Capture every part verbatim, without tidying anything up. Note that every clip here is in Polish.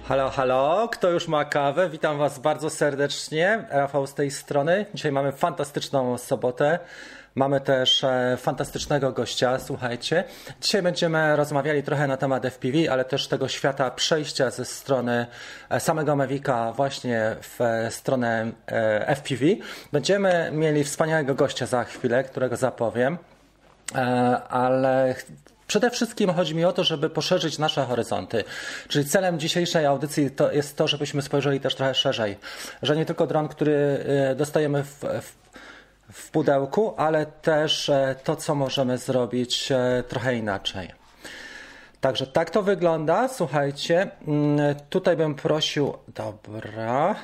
Halo, halo, kto już ma kawę? Witam Was bardzo serdecznie. Rafał z tej strony. Dzisiaj mamy fantastyczną sobotę. Mamy też fantastycznego gościa, słuchajcie. Dzisiaj będziemy rozmawiali trochę na temat F P V, ale też tego świata przejścia ze strony samego Mavic'a właśnie w stronę F P V. Będziemy mieli wspaniałego gościa za chwilę, którego zapowiem, ale przede wszystkim chodzi mi o to, żeby poszerzyć nasze horyzonty. Czyli celem dzisiejszej audycji to jest to, żebyśmy spojrzeli też trochę szerzej. Że nie tylko dron, który dostajemy w, w w pudełku, ale też to, co możemy zrobić trochę inaczej. Także tak to wygląda. Słuchajcie, tutaj bym prosił, dobra,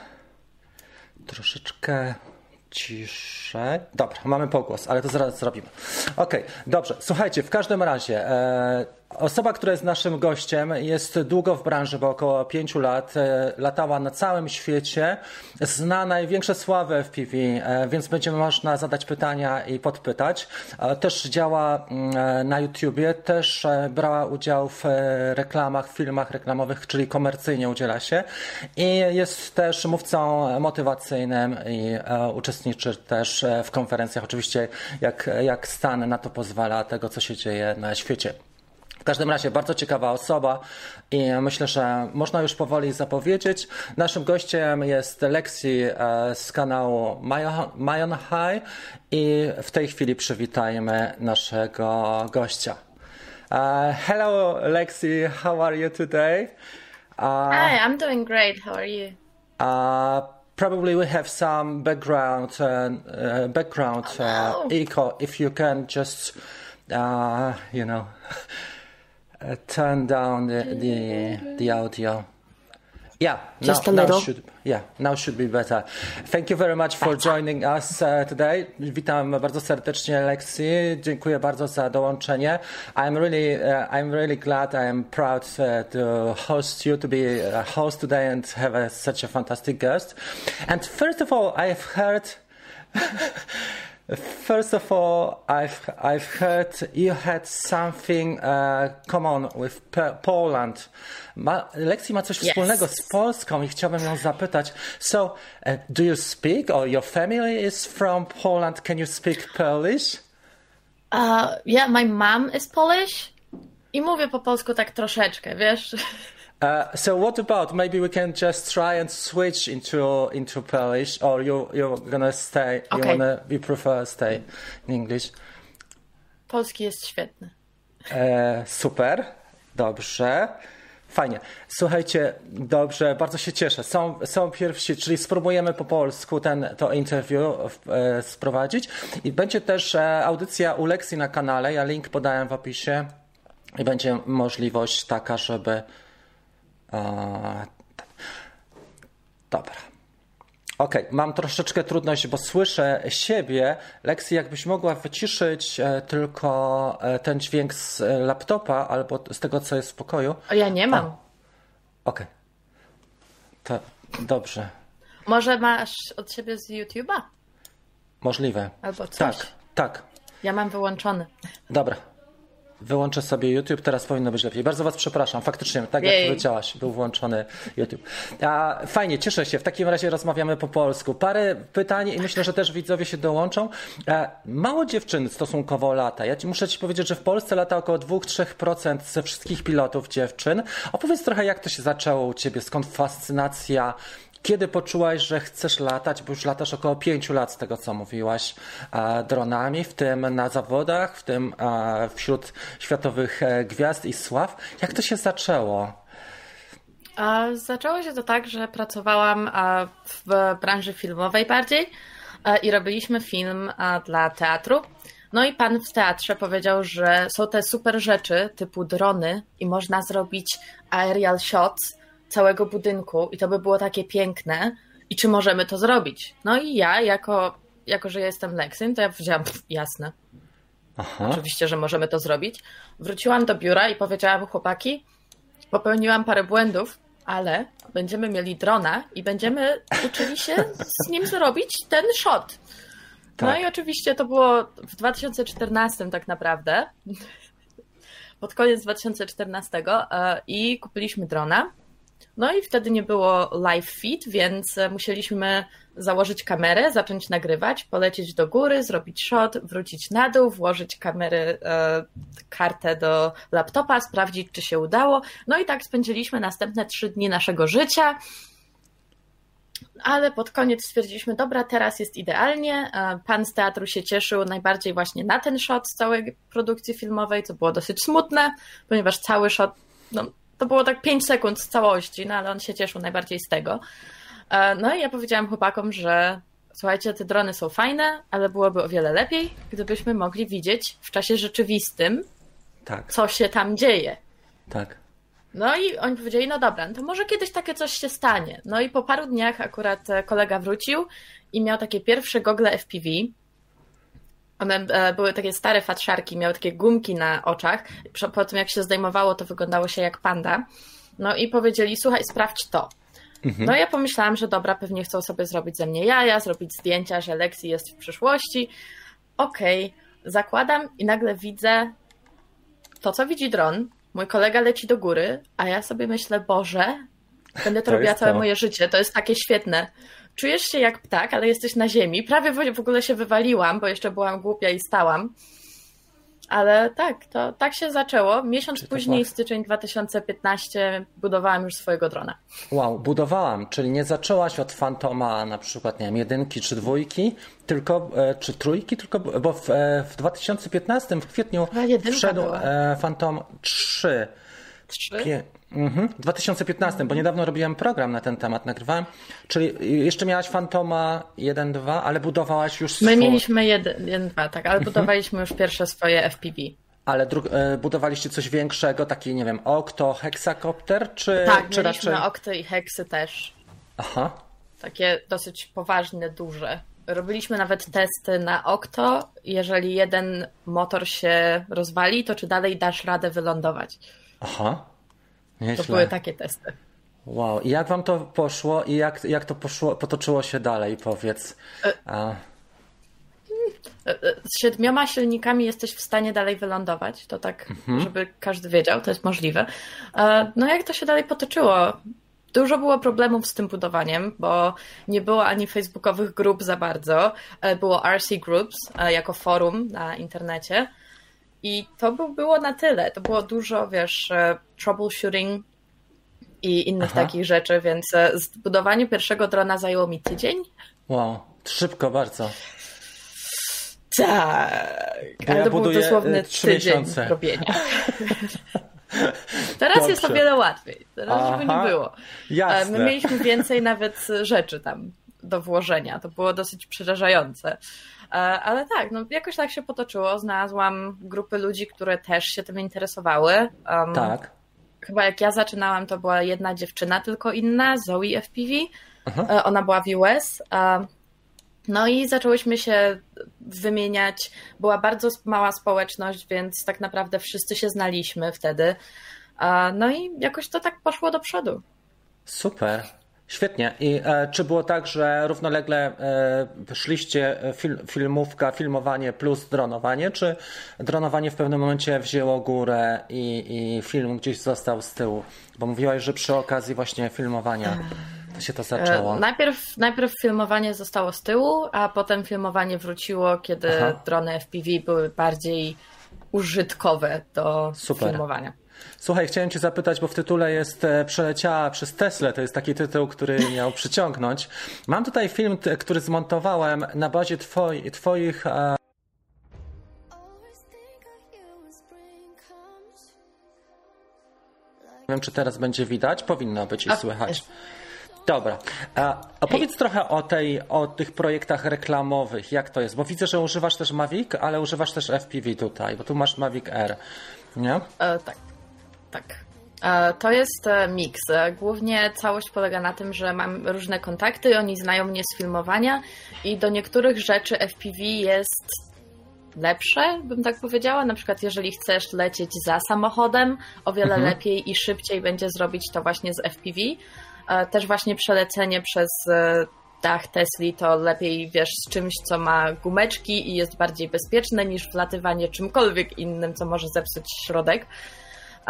troszeczkę ciszej. Dobra, mamy pogłos, ale to zaraz zrobimy. Okej, okay, dobrze. Słuchajcie, w każdym razie e, osoba, która jest naszym gościem, jest długo w branży, bo około pięciu lat, e, latała na całym świecie, zna największe sławy F P V, e, więc będzie można zadać pytania i podpytać. E, też działa e, na YouTubie, też e, brała udział w e, reklamach, filmach reklamowych, czyli komercyjnie udziela się i jest też mówcą motywacyjnym i e, uczestniczy też w konferencjach, oczywiście jak, jak stan na to pozwala, tego co się dzieje na świecie. W każdym razie bardzo ciekawa osoba i myślę, że można już powoli zapowiedzieć. Naszym gościem jest Lexi z kanału Mayon High i w tej chwili przywitajmy naszego gościa. Uh, hello Lexi, how are you today? Uh, Hi, I'm doing great. How are you? Uh, Probably we have some background uh, uh, background oh, no. uh, echo. If you can just, uh, you know, uh, turn down the the, the audio. Yeah, just now, a little. Now should, yeah, now should be better. Thank you very much for joining us uh, today. Witam bardzo serdecznie Lexi. Dziękuję bardzo za dołączenie. I'm really, uh, I'm really glad. I am proud uh, to host you, to be a host today and have a, such a fantastic guest. And first of all, I've heard. First of all, I've I've heard you had something uh, common with P- Poland. Ma, Lexi ma coś yes. wspólnego z Polską i chciałbym ją zapytać. So, uh, do you speak, or your family is from Poland? Can you speak Polish? Uh, yeah, my mom is Polish i mówię po polsku tak troszeczkę, wiesz? Uh, so what about maybe we can just try and switch into into Polish, or you you're gonna stay? Okay. You wanna you prefer stay in English? Polski jest świetny. E, super, dobrze, fajnie. Słuchajcie, dobrze, bardzo się cieszę. Są są pierwsi, czyli spróbujemy po polsku ten to interview e, sprowadzić i będzie też e, audycja u Lexi na kanale. Ja link podałem w opisie i będzie możliwość taka, żeby A, dobra. Okej, okay. Mam troszeczkę trudność, bo słyszę siebie. Lexi, jakbyś mogła wyciszyć e, tylko e, ten dźwięk z e, laptopa albo z tego, co jest w pokoju. O, ja nie mam. Okej. Okay. To dobrze. Może masz od siebie z YouTube'a? Możliwe. Albo coś. Tak, tak. Ja mam wyłączony. Dobra. Wyłączę sobie YouTube, teraz powinno być lepiej. Bardzo Was przepraszam, faktycznie, tak jak Jej. powiedziałaś, był włączony YouTube. A, fajnie, cieszę się, w takim razie rozmawiamy po polsku. Parę pytań i myślę, że też widzowie się dołączą. A, mało dziewczyn stosunkowo lata. Ja ci muszę Ci powiedzieć, że w Polsce lata około dwa do trzech procent ze wszystkich pilotów dziewczyn. Opowiedz trochę, jak to się zaczęło u Ciebie, skąd fascynacja. Kiedy poczułaś, że chcesz latać, bo już latasz około pięciu lat z tego, co mówiłaś, dronami, w tym na zawodach, w tym wśród światowych gwiazd i sław. Jak to się zaczęło? Zaczęło się to tak, że pracowałam w branży filmowej bardziej i robiliśmy film dla teatru. No i pan w teatrze powiedział, że są te super rzeczy typu drony i można zrobić aerial shots całego budynku i to by było takie piękne i czy możemy to zrobić? No i ja, jako, jako że jestem Lexim, to ja powiedziałam, pff, jasne. Aha. Oczywiście, że możemy to zrobić. Wróciłam do biura i powiedziałam, chłopaki, popełniłam parę błędów, ale będziemy mieli drona i będziemy uczyli się z nim zrobić ten shot. Tak. No i oczywiście to było w dwa tysiące czternastym tak naprawdę, pod koniec dwa tysiące czternastego i kupiliśmy drona. No i wtedy nie było live feed, więc musieliśmy założyć kamerę, zacząć nagrywać, polecieć do góry, zrobić shot, wrócić na dół, włożyć kamery, e, kartę do laptopa, sprawdzić, czy się udało. No i tak spędziliśmy następne trzy dni naszego życia. Ale pod koniec stwierdziliśmy, dobra, teraz jest idealnie. Pan z teatru się cieszył najbardziej właśnie na ten shot z całej produkcji filmowej, co było dosyć smutne, ponieważ cały shot, no, to było tak pięć sekund z całości, no ale on się cieszył najbardziej z tego. No i ja powiedziałam chłopakom, że słuchajcie, te drony są fajne, ale byłoby o wiele lepiej, gdybyśmy mogli widzieć w czasie rzeczywistym, tak, co się tam dzieje. Tak. No i oni powiedzieli, no dobra, no to może kiedyś takie coś się stanie. No i po paru dniach akurat kolega wrócił i miał takie pierwsze gogle F P V. One były takie stare fatrzarki, miały takie gumki na oczach. Po tym jak się zdejmowało, to wyglądało się jak panda. No i powiedzieli, słuchaj, sprawdź to. Mhm. No ja pomyślałam, że dobra, pewnie chcą sobie zrobić ze mnie jaja, zrobić zdjęcia, że Lexi jest w przyszłości. Okej, okay. Zakładam i nagle widzę to, co widzi dron. Mój kolega leci do góry, a ja sobie myślę, Boże, będę to, to robiła całe to. moje życie, to jest takie świetne. Czujesz się jak ptak, ale jesteś na ziemi. Prawie w ogóle się wywaliłam, bo jeszcze byłam głupia i stałam. Ale tak, to tak się zaczęło. Miesiąc Czy później, styczeń dwa tysiące piętnasty, budowałam już swojego drona. Wow, budowałam, czyli nie zaczęłaś od Fantoma na przykład, nie wiem, jedynki czy dwójki, tylko, czy trójki, tylko, bo w, w dwa tysiące piętnastym w kwietniu wszedł była. Phantom trzy. trzy? Pie... Mhm. W dwa tysiące piętnastym, bo niedawno robiłem program na ten temat, nagrywałem. Czyli jeszcze miałaś Fantoma jeden dwa, ale budowałaś już... My swój... mieliśmy jeden dwa, tak, ale budowaliśmy już pierwsze swoje F P V. Ale dru... budowaliście coś większego, taki, nie wiem, Okto, Hexakopter, czy, tak, czy mieliśmy raczej... Okty i Hexy też. Aha. Takie dosyć poważne, duże. Robiliśmy nawet testy na Okto. Jeżeli jeden motor się rozwali, to czy dalej dasz radę wylądować? Aha. Nieźle. To były takie testy. Wow. I jak wam to poszło i jak, jak to poszło, potoczyło się dalej, powiedz? A... Z siedmioma silnikami jesteś w stanie dalej wylądować. To tak, mhm. żeby każdy wiedział, to jest możliwe. No jak to się dalej potoczyło? Dużo było problemów z tym budowaniem, bo nie było ani facebookowych grup za bardzo. Było R C Groups jako forum na internecie. I to było na tyle. To było dużo, wiesz, troubleshooting i innych Aha. takich rzeczy, więc zbudowanie pierwszego drona zajęło mi tydzień. Wow, szybko bardzo. Tak, ale ja to był dosłowny tydzień miesiące. robienia. Teraz Dobrze. jest o wiele łatwiej. Teraz Aha. żeby nie było. Jasne. My mieliśmy więcej nawet rzeczy tam do włożenia. To było dosyć przerażające. Ale tak, no jakoś tak się potoczyło. Znalazłam grupy ludzi, które też się tym interesowały. Um, tak. Chyba jak ja zaczynałam, to była jedna dziewczyna, tylko inna, Zoe F P V. Aha. Ona była w U S. No i zaczęłyśmy się wymieniać. Była bardzo mała społeczność, więc tak naprawdę wszyscy się znaliśmy wtedy. No i jakoś to tak poszło do przodu. Super. Świetnie. I e, czy było tak, że równolegle e, szliście fil, filmówka, filmowanie plus dronowanie, czy dronowanie w pewnym momencie wzięło górę i, i film gdzieś został z tyłu? Bo mówiłaś, że przy okazji właśnie filmowania to się to zaczęło. E, najpierw, najpierw filmowanie zostało z tyłu, a potem filmowanie wróciło, kiedy Aha. drony F P V były bardziej użytkowe do Super. filmowania. Słuchaj, chciałem cię zapytać, bo w tytule jest Przeleciała przez Teslę, to jest taki tytuł, który miał przyciągnąć. Mam tutaj film, który zmontowałem na bazie twoi, twoich... E... Nie wiem, czy teraz będzie widać, powinno być i słychać. Dobra. A opowiedz trochę o, tej, o tych projektach reklamowych, jak to jest, bo widzę, że używasz też Mavic, ale używasz też F P V tutaj, bo tu masz Mavic Air, nie? E, tak. Tak. To jest miks. Głównie całość polega na tym, że mam różne kontakty, oni znają mnie z filmowania i do niektórych rzeczy F P V jest lepsze, bym tak powiedziała. Na przykład jeżeli chcesz lecieć za samochodem, o wiele mhm. lepiej i szybciej będzie zrobić to właśnie z F P V. Też właśnie przelecenie przez dach Tesli to lepiej, wiesz, z czymś, co ma gumeczki i jest bardziej bezpieczne niż wlatywanie czymkolwiek innym, co może zepsuć środek.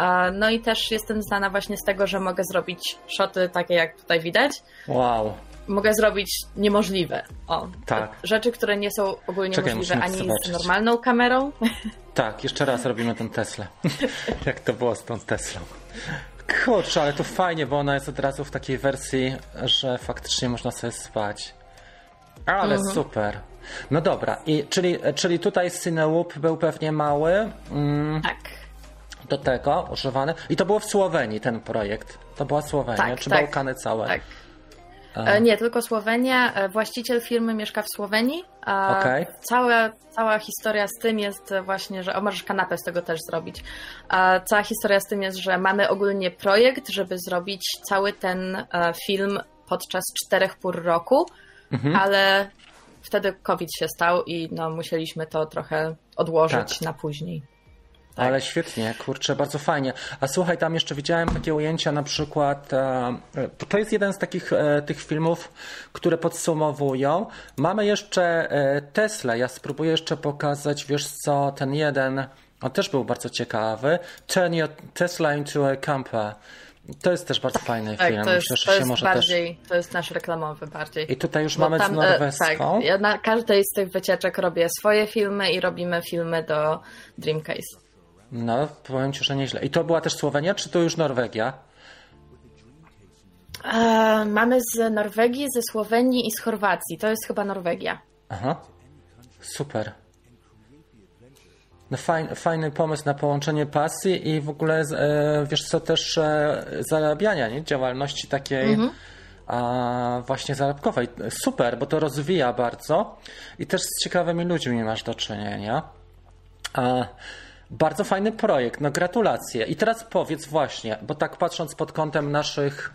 No i też jestem znana właśnie z tego, że mogę zrobić shoty takie jak tutaj widać. Wow. Mogę zrobić niemożliwe. O, tak. Rzeczy, które nie są ogólnie Czekaj, możliwe ani zobaczyć. z normalną kamerą. Tak, jeszcze raz robimy ten Teslę. Jak to było z tą Teslą. Kurczę, ale to fajnie, bo ona jest od razu w takiej wersji, że faktycznie można sobie spać. Ale mhm. super. No dobra, i czyli, czyli tutaj Cineloop był pewnie mały. Mm, tak. Do tego używany. I to było w Słowenii ten projekt. To była Słowenia, tak, czy tak, Bałkany całe? Tak. Nie, tylko Słowenia. Właściciel firmy mieszka w Słowenii. Okay. Cała, cała historia z tym jest właśnie, że... O, możesz kanapę z tego też zrobić. Cała historia z tym jest, że mamy ogólnie projekt, żeby zrobić cały ten film podczas czterech pór roku, mhm. ale wtedy COVID się stał i no, musieliśmy to trochę odłożyć tak. na później. Tak. Ale świetnie, kurczę, bardzo fajnie. A słuchaj, tam jeszcze widziałem takie ujęcia, na przykład, e, to jest jeden z takich e, tych filmów, które podsumowują. Mamy jeszcze e, Tesla, ja spróbuję jeszcze pokazać, wiesz co, ten jeden, on też był bardzo ciekawy. Turn your Tesla into a camper. To jest też bardzo tak, fajny tak, film. To jest, Myślę, że to się jest może bardziej, też... to jest nasz reklamowy bardziej. I tutaj już Bo mamy tam, z norweską. Tak, ja na każdej z tych wycieczek robię swoje filmy i robimy filmy do Dreamcase. No, powiem ci, że nieźle. I to była też Słowenia, czy to już Norwegia? E, mamy z Norwegii, ze Słowenii i z Chorwacji. To jest chyba Norwegia. Aha, super. No fajny, fajny pomysł na połączenie pasji i w ogóle, e, wiesz co, też e, zarabiania, nie? Działalności takiej mhm. a, właśnie zarobkowej. Super, bo to rozwija bardzo i też z ciekawymi ludźmi masz do czynienia. A, bardzo fajny projekt, no gratulacje. I teraz powiedz właśnie, bo tak patrząc pod kątem naszych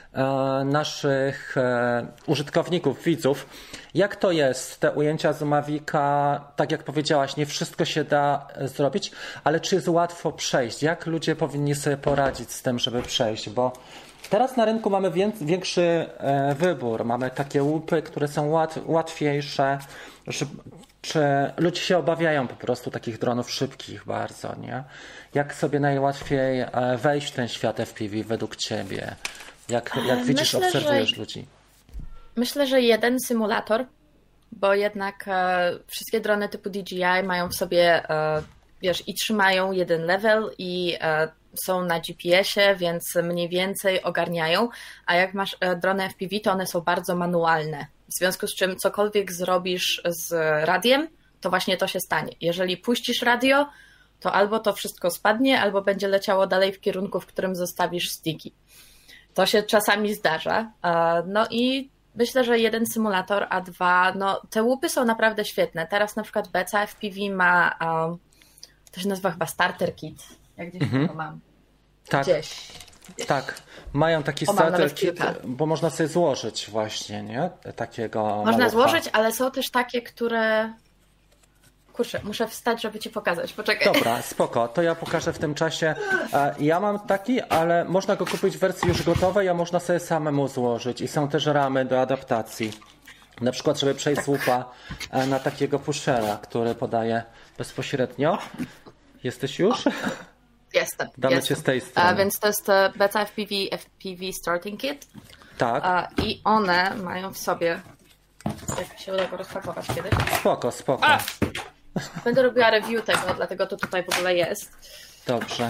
naszych e, użytkowników, widzów. Jak to jest, te ujęcia z Mavica, tak jak powiedziałaś, nie wszystko się da zrobić, ale czy jest łatwo przejść? Jak ludzie powinni sobie poradzić z tym, żeby przejść? Bo teraz na rynku mamy większy e, wybór. Mamy takie łupy, które są łat, łatwiejsze. Że, czy ludzie się obawiają po prostu takich dronów szybkich bardzo, nie? Jak sobie najłatwiej e, wejść w ten świat F P V według ciebie? Jak, jak widzisz, myślę, obserwujesz że, ludzi? Myślę, że jeden symulator, bo jednak e, wszystkie drony typu D J I mają w sobie, e, wiesz, i trzymają jeden level i e, są na G P S-ie, więc mniej więcej ogarniają, a jak masz e, drony F P V, to one są bardzo manualne. W związku z czym cokolwiek zrobisz z radiem, to właśnie to się stanie. Jeżeli puścisz radio, to albo to wszystko spadnie, albo będzie leciało dalej w kierunku, w którym zostawisz stiki. To się czasami zdarza. No i myślę, że jeden symulator, a dwa, no te łupy są naprawdę świetne. Teraz na przykład Beca F P V ma, um, to się nazywa chyba Starter Kit. Jak gdzieś mhm. to mam. Tak. Gdzieś. gdzieś. Tak. Mają taki o, starter kit, bo można sobie złożyć właśnie, nie? Takiego Można malucha. złożyć, ale są też takie, które... Kurczę, muszę wstać, żeby ci pokazać. Poczekaj. Dobra, spoko. To ja pokażę w tym czasie. Ja mam taki, ale można go kupić w wersji już gotowej, a można sobie samemu złożyć. I są też ramy do adaptacji. Na przykład, żeby przejść z łupa na takiego pushera, który podaje bezpośrednio. Jesteś już? Jestem. Damy jestem. cię z tej strony. A, więc to jest Beca F P V F P V Starting Kit. Tak. A, I one mają w sobie... Jak się uda go rozpakować kiedyś. Spoko, spoko. A! Będę robiła review tego, dlatego to tutaj w ogóle jest. Dobrze.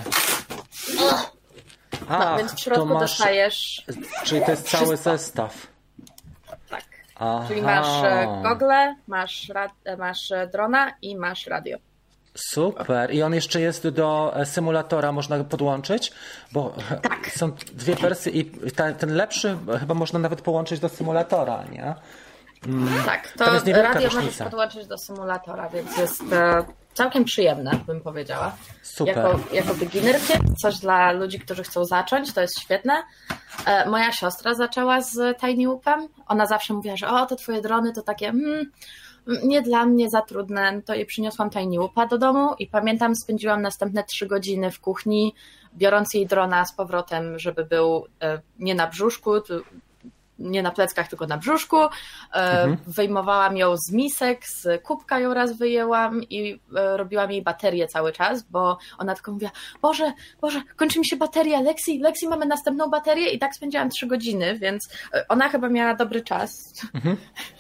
No, Ach, więc w środku masz... dostajesz... Czyli to jest cały wszystko. Zestaw. Tak. Aha. Czyli masz gogle, masz, rad... masz drona i masz radio. Super. I on jeszcze jest do symulatora, można go podłączyć? Bo tak. Są dwie wersje i ten, ten lepszy chyba można nawet połączyć do symulatora, nie? Mm. Tak, to radio możesz podłączyć do symulatora, więc jest e, całkiem przyjemne, bym powiedziała. Super. Jako, jako beginner kit, coś dla ludzi, którzy chcą zacząć, to jest świetne. E, moja siostra zaczęła z Tiny Whoopem. Ona zawsze mówiła, że o, te twoje drony to takie hmm, nie dla mnie, za trudne. To jej przyniosłam Tiny Whoopa do domu i pamiętam, spędziłam następne trzy godziny w kuchni, biorąc jej drona z powrotem, żeby był e, nie na brzuszku, nie na pleckach, tylko na brzuszku. Mhm. Wyjmowałam ją z misek, z kubka ją raz wyjęłam i robiłam jej baterię cały czas, bo ona tylko mówiła, Boże, Boże, kończy mi się bateria, Lexi, Lexi, mamy następną baterię i tak spędziłam trzy godziny, więc ona chyba miała dobry czas. Mhm.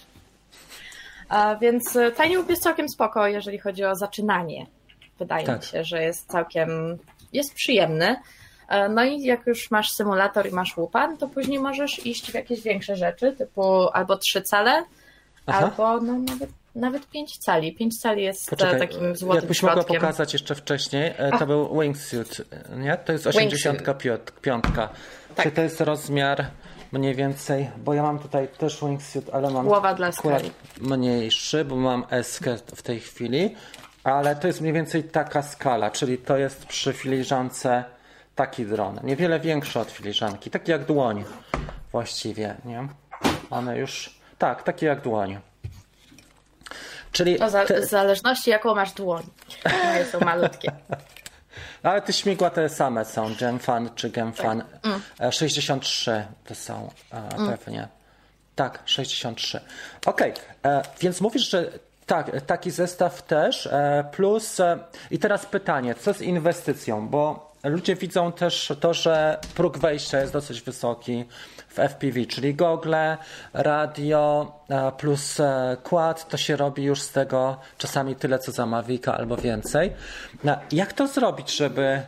A więc Tiny Whoop jest całkiem spoko, jeżeli chodzi o zaczynanie. Wydaje tak. mi się, że jest całkiem, jest przyjemny. No i jak już masz symulator i masz łupa, to później możesz iść w jakieś większe rzeczy, typu albo trzy cale, Aha. albo no, nawet, nawet pięć cali. Pięć cali jest Poczekaj, takim złotym jakbyś środkiem. mogła pokazać jeszcze wcześniej, to A. był wingsuit, nie? To jest osiemdziesiąt pięć. Tak. Czy to jest rozmiar mniej więcej, bo ja mam tutaj też wingsuit, ale mam głowa dla skali mniejszy, bo mam eskę w tej chwili, ale to jest mniej więcej taka skala, czyli to jest przy filiżance taki dron, niewiele większy od filiżanki, taki jak dłoń właściwie, nie? One już, tak, taki jak dłoń. Czyli to za, te... w zależności jaką masz dłoń, moje są malutkie. Ale te śmigła te same są, Gemfan czy Gemfan. Tak. Mm. sześćdziesiąt trzy to są mm. pewnie. Tak, sześćdziesiąt trzy. Okej, okay. Więc mówisz, że tak, taki zestaw też, plus i teraz pytanie, co z inwestycją, bo ludzie widzą też to, że próg wejścia jest dosyć wysoki w F P V, czyli gogle, radio plus quad, to się robi już z tego czasami tyle co za Mavica albo więcej. Jak to zrobić, żeby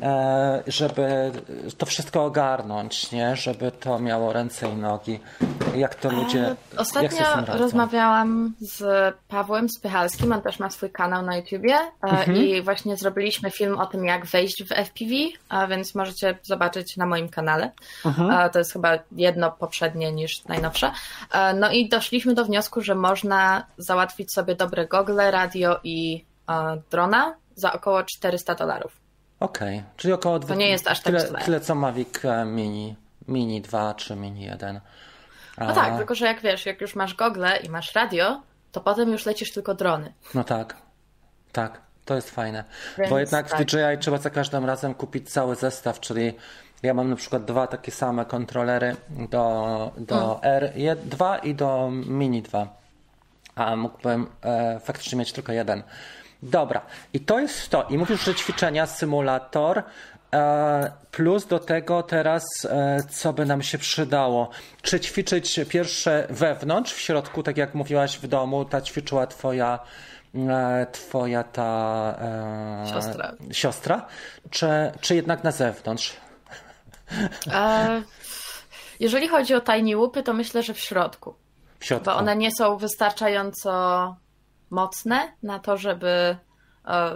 żeby to wszystko ogarnąć, nie? Żeby to miało ręce i nogi. Jak to ludzie... Ostatnio rozmawiałam z Pawłem Spychalskim, on też ma swój kanał na YouTubie mhm. i właśnie zrobiliśmy film o tym, jak wejść w F P V, a więc możecie zobaczyć na moim kanale. Mhm. To jest chyba jedno poprzednie niż najnowsze. No i doszliśmy do wniosku, że można załatwić sobie dobre gogle, radio i drona za około czterysta dolarów. Okej, okay. Czyli około dwa, to nie jest aż tak tyle, tyle co Mavic Mini, Mini dwa czy Mini jeden. A... No tak, tylko że jak wiesz, jak już masz gogle i masz radio, to potem już lecisz tylko drony. No tak, tak, to jest fajne. Więc bo jednak tak. w D J I trzeba za każdym razem kupić cały zestaw, czyli ja mam na przykład dwa takie same kontrolery do, do mm. R dwa i do Mini dwa, a mógłbym e, faktycznie mieć tylko jeden. Dobra, i to jest to. I mówisz, że ćwiczenia, symulator, e, plus do tego teraz, e, co by nam się przydało? Czy ćwiczyć pierwsze wewnątrz, w środku, tak jak mówiłaś w domu, ta ćwiczyła twoja, e, twoja ta e, siostra, siostra czy, czy jednak na zewnątrz? E, jeżeli chodzi o tiny whoopy, to myślę, że w środku. W środku. Bo one nie są wystarczająco mocne na to, żeby e,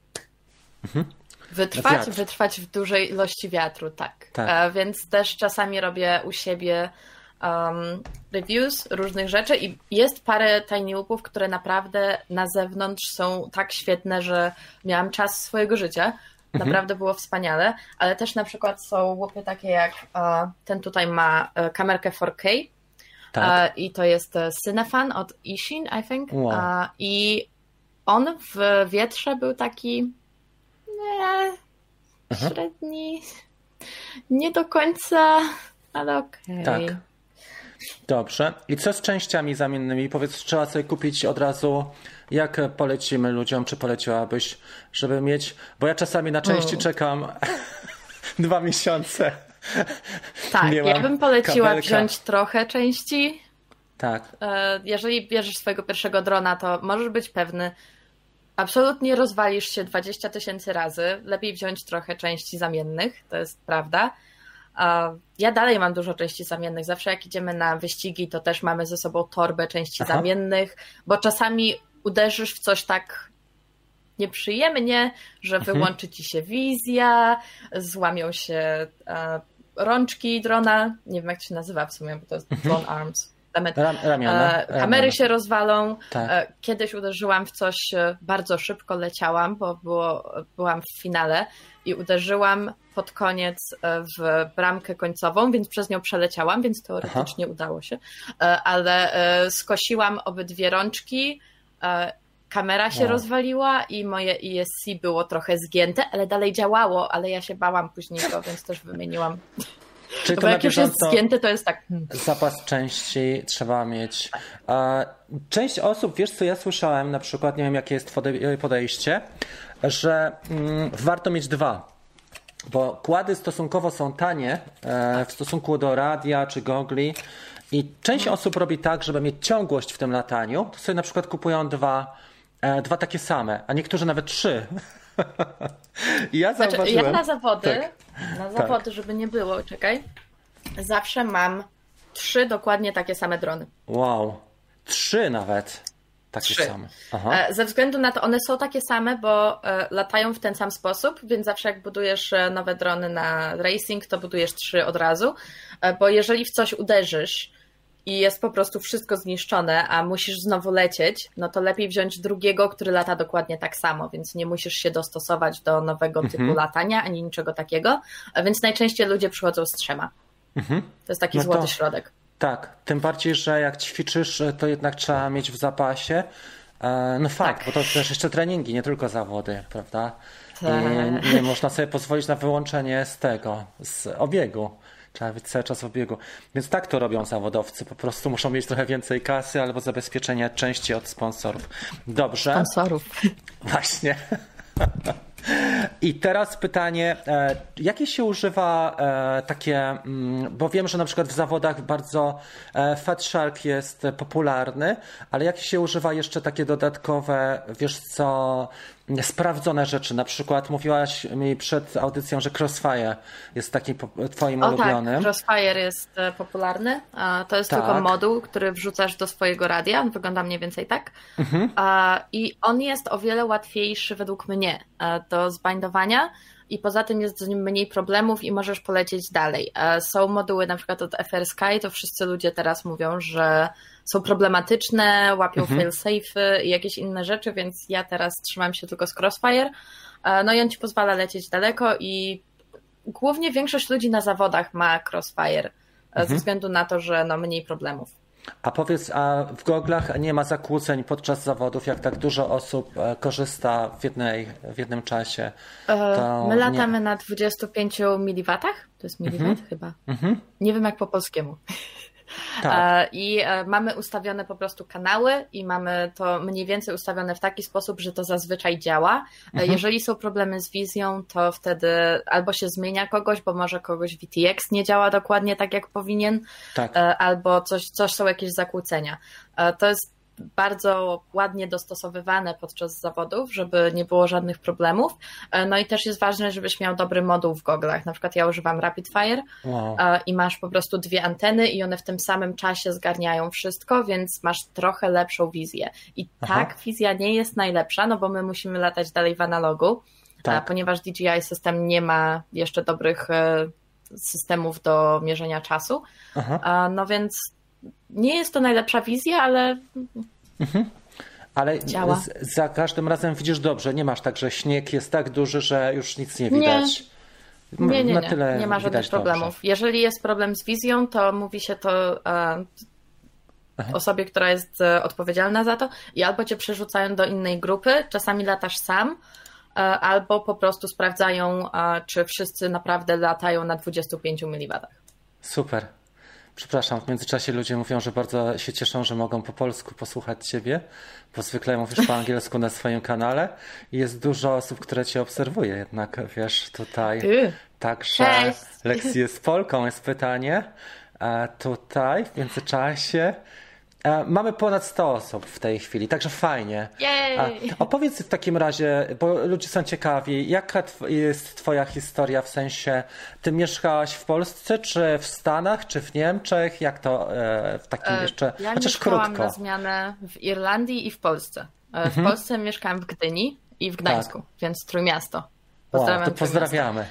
mhm. wytrwać, wytrwać w dużej ilości wiatru, tak. tak. E, więc też czasami robię u siebie um, reviews różnych rzeczy i jest parę tiny whoopów, które naprawdę na zewnątrz są tak świetne, że miałam czas swojego życia. Mhm. Naprawdę było wspaniale, ale też na przykład są whoopy takie jak e, ten tutaj ma e, kamerkę cztery K. Tak. I to jest Cinefan od Ishin, I think. Wow. I on w wietrze był taki nie, średni, nie do końca, ale okej. Okay. Tak. Dobrze. I co z częściami zamiennymi? Powiedz, trzeba sobie kupić od razu, jak polecimy ludziom, czy poleciłabyś, żeby mieć, bo ja czasami na części mm. czekam dwa miesiące. Tak, ja bym poleciła kabelka. Wziąć trochę części. Tak. Jeżeli bierzesz swojego pierwszego drona, to możesz być pewny, absolutnie rozwalisz się dwadzieścia tysięcy razy. Lepiej wziąć trochę części zamiennych, to jest prawda. Ja dalej mam dużo części zamiennych. Zawsze jak idziemy na wyścigi, to też mamy ze sobą torbę części Aha. zamiennych, bo czasami uderzysz w coś tak nieprzyjemnie, że mhm. wyłączy ci się wizja, złamią się rączki drona, nie wiem jak to się nazywa w sumie, bo to jest drone arms. Ram, ramiona, Kamery ramiona. Się rozwalą. Tak. Kiedyś uderzyłam w coś, bardzo szybko leciałam, bo było, byłam w finale i uderzyłam pod koniec w bramkę końcową, więc przez nią przeleciałam, więc teoretycznie Aha. udało się, ale skosiłam obydwie rączki, kamera się wow. rozwaliła i moje E S C było trochę zgięte, ale dalej działało, ale ja się bałam później go, więc też wymieniłam Czyli Bo to jak już jest zgięty, to jest tak... Zapas części trzeba mieć. Część osób, wiesz co ja słyszałem, na przykład, nie wiem jakie jest podejście, że mm, warto mieć dwa. Bo kłady stosunkowo są tanie e, w stosunku do radia czy gogli i część osób robi tak, żeby mieć ciągłość w tym lataniu, to sobie na przykład kupują dwa, e, dwa takie same, a niektórzy nawet trzy. I ja zauważyłem... Znaczy, ja na zawody, tak. na zawody, tak. żeby nie było, czekaj, zawsze mam trzy dokładnie takie same drony. Wow, trzy nawet. Takie Trzy. same. Aha. Ze względu na to, one są takie same, bo latają w ten sam sposób, więc zawsze jak budujesz nowe drony na racing, to budujesz trzy od razu, bo jeżeli w coś uderzysz i jest po prostu wszystko zniszczone, a musisz znowu lecieć, no to lepiej wziąć drugiego, który lata dokładnie tak samo, więc nie musisz się dostosować do nowego typu mhm. latania, ani niczego takiego, więc najczęściej ludzie przychodzą z trzema. Mhm. To jest taki no złoty to... środek. Tak, tym bardziej, że jak ćwiczysz, to jednak trzeba mieć w zapasie. No fakt, tak. bo to też jeszcze treningi, nie tylko zawody, prawda? Tak. I nie można sobie pozwolić na wyłączenie z tego, z obiegu. Trzeba być cały czas w obiegu. Więc tak to robią zawodowcy. Po prostu muszą mieć trochę więcej kasy albo zabezpieczenia części od sponsorów. Dobrze. Sponsorów. Właśnie. I teraz pytanie, jakie się używa takie, bo wiem, że na przykład w zawodach bardzo Fat Shark jest popularny, ale jakie się używa jeszcze takie dodatkowe, wiesz co, sprawdzone rzeczy? Na przykład mówiłaś mi przed audycją, że Crossfire jest takim twoim o, ulubionym. Tak, Crossfire jest popularny. To jest tak. tylko moduł, który wrzucasz do swojego radia. On wygląda mniej więcej tak. Mhm. I on jest o wiele łatwiejszy według mnie do zbindowania i poza tym jest z nim mniej problemów i możesz polecieć dalej. Są moduły na przykład od F R Sky, to wszyscy ludzie teraz mówią, że są problematyczne, łapią mhm. fail-safe'y i jakieś inne rzeczy, więc ja teraz trzymam się tylko z Crossfire. No i on ci pozwala lecieć daleko i głównie większość ludzi na zawodach ma Crossfire mhm. ze względu na to, że no mniej problemów. A powiedz, a w goglach nie ma zakłóceń podczas zawodów, jak tak dużo osób korzysta w, jednej, w jednym czasie? To My latamy nie... na dwudziestu pięciu miliwatach, to jest miliwat mhm. chyba. Mhm. Nie wiem jak po polskiemu. Tak. I mamy ustawione po prostu kanały i mamy to mniej więcej ustawione w taki sposób, że to zazwyczaj działa. Mhm. Jeżeli są problemy z wizją, to wtedy albo się zmienia kogoś, bo może kogoś V T X nie działa dokładnie tak, jak powinien, tak. albo coś, coś są jakieś zakłócenia. To jest bardzo ładnie dostosowywane podczas zawodów, żeby nie było żadnych problemów. No i też jest ważne, żebyś miał dobry moduł w goglach. Na przykład ja używam Rapid Fire wow. i masz po prostu dwie anteny i one w tym samym czasie zgarniają wszystko, więc masz trochę lepszą wizję. I Aha. tak, wizja nie jest najlepsza, no bo my musimy latać dalej w analogu, tak. ponieważ D J I system nie ma jeszcze dobrych systemów do mierzenia czasu. Aha. No więc nie jest to najlepsza wizja, ale mhm. Ale działa. Z, za każdym razem widzisz dobrze. Nie masz tak, że śnieg jest tak duży, że już nic nie widać. Nie, nie, nie. Na tyle nie ma żadnych problemów. Dobrze. Jeżeli jest problem z wizją, to mówi się to e, osobie, która jest odpowiedzialna za to i albo cię przerzucają do innej grupy, czasami latasz sam, e, albo po prostu sprawdzają, e, czy wszyscy naprawdę latają na dwudziestu pięciu miliwatach. Super. Przepraszam, w międzyczasie ludzie mówią, że bardzo się cieszą, że mogą po polsku posłuchać ciebie, bo zwykle mówisz po angielsku na swoim kanale i jest dużo osób, które cię obserwuje jednak, wiesz, tutaj. Ty. Także Cześć. Lexi jest Polką, jest pytanie. A tutaj w międzyczasie mamy ponad sto osób w tej chwili, także fajnie. Jej. Opowiedz w takim razie, bo ludzie są ciekawi, jaka jest twoja historia, w sensie ty mieszkałaś w Polsce, czy w Stanach, czy w Niemczech? Jak to w takim jeszcze, ja chociaż krótko. Ja mieszkałam na zmianę w Irlandii i w Polsce. W mhm. Polsce mieszkałam w Gdyni i w Gdańsku, tak. więc Trójmiasto. Pozdrawiam wow, to pozdrawiamy.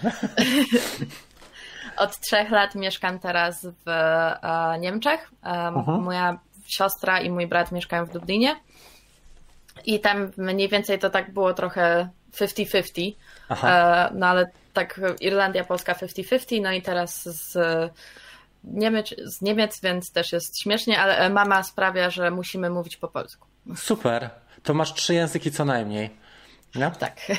Od trzech lat mieszkam teraz w Niemczech. Uh-huh. Moja siostra i mój brat mieszkają w Lublinie i tam mniej więcej to tak było trochę pięćdziesiąt pięćdziesiąt, no ale tak Irlandia, Polska pięćdziesiąt pięćdziesiąt, no i teraz z Niemiec, z Niemiec, więc też jest śmiesznie, ale mama sprawia, że musimy mówić po polsku. Super, to masz trzy języki co najmniej. No? Tak.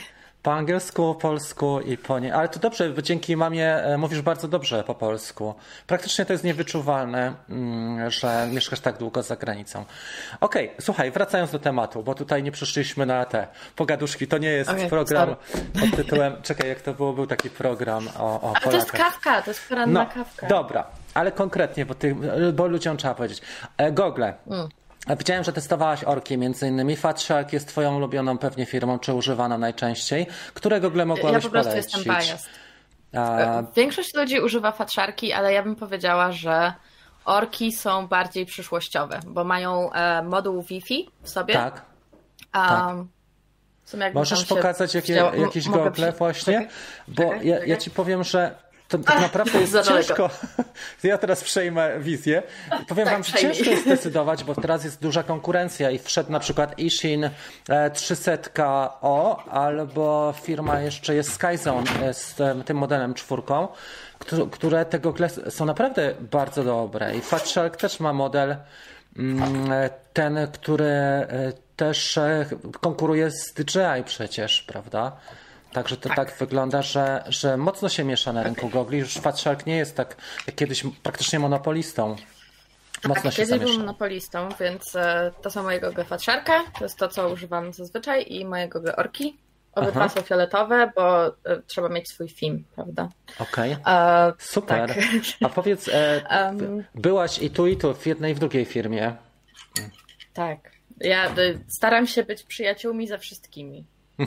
Po angielsku, polsku i po nie. Ale to dobrze, bo dzięki mamie e, mówisz bardzo dobrze po polsku. Praktycznie to jest niewyczuwalne, mm, że mieszkasz tak długo za granicą. Okej, okay, słuchaj, wracając do tematu, bo tutaj nie przyszliśmy na te pogaduszki. To nie jest okay, program sorry. pod tytułem, czekaj, jak to było, był taki program o, o Polakach. To jest kawka, to jest poranna no, kawka. Dobra, ale konkretnie, bo, ty, bo ludziom trzeba powiedzieć. E, Google. Mm. Widziałem, że testowałaś Orki między innymi. Fatshark jest twoją ulubioną pewnie firmą, czy używaną najczęściej. Które Google mogłabyś polecić? Ja po prostu polecić? jestem biased. A... Większość ludzi używa Fatsharki, ale ja bym powiedziała, że Orki są bardziej przyszłościowe, bo mają e, moduł Wi-Fi w sobie. Tak, um, tak. Możesz pokazać jakie, jakieś Google właśnie? Okay. Bo okay. Ja, ja ci powiem, że to tak naprawdę jest ciężko. Ja teraz przejmę wizję. Powiem tak, wam, że ciężko jest zdecydować, bo teraz jest duża konkurencja i wszedł na przykład Ishin trzysta O albo firma jeszcze jest Skyzone z tym modelem czwórką, które te Google są naprawdę bardzo dobre. I Fatshark też ma model ten, który też konkuruje z D J I przecież, prawda? Także to tak, tak wygląda, że, że mocno się miesza na rynku gogli. Już Fatshark nie jest tak jak kiedyś praktycznie monopolistą. Mocno tak, się kiedyś był monopolistą, więc to są moje gogle Fatsharka, to jest to, co używam zazwyczaj, i moje gogle Orki. Obydwa są fioletowe, bo trzeba mieć swój theme, prawda? Okej, okay. Super. Tak. A powiedz, e, um, byłaś i tu, i tu, w jednej i w drugiej firmie. Tak. Ja staram się być przyjaciółmi ze wszystkimi.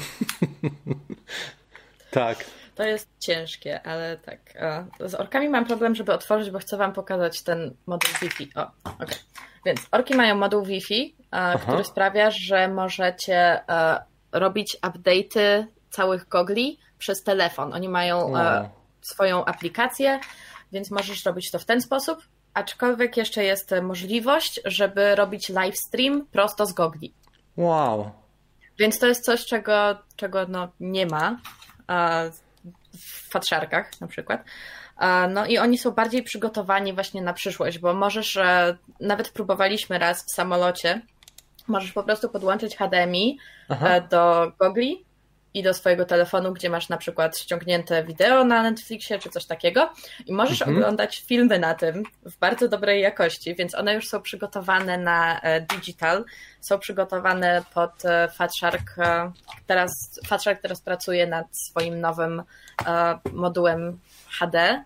Tak. To jest ciężkie, ale tak. Z Orkami mam problem, żeby otworzyć, bo chcę wam pokazać ten moduł Wi-Fi. O, okej. Okay. Więc Orki mają moduł Wi-Fi, Aha. który sprawia, że możecie robić update'y całych gogli przez telefon. Oni mają wow. swoją aplikację, więc możesz robić to w ten sposób, aczkolwiek jeszcze jest możliwość, żeby robić live stream prosto z gogli. Wow. Więc to jest coś, czego, czego no nie ma w Fatsharkach na przykład. No i oni są bardziej przygotowani właśnie na przyszłość, bo możesz, nawet próbowaliśmy raz w samolocie, możesz po prostu podłączyć H D M I Aha. do gogli i do swojego telefonu, gdzie masz na przykład ściągnięte wideo na Netflixie czy coś takiego i możesz mhm. oglądać filmy na tym w bardzo dobrej jakości, więc one już są przygotowane na digital, są przygotowane pod Fatshark. Teraz Fatshark teraz pracuje nad swoim nowym modułem H D,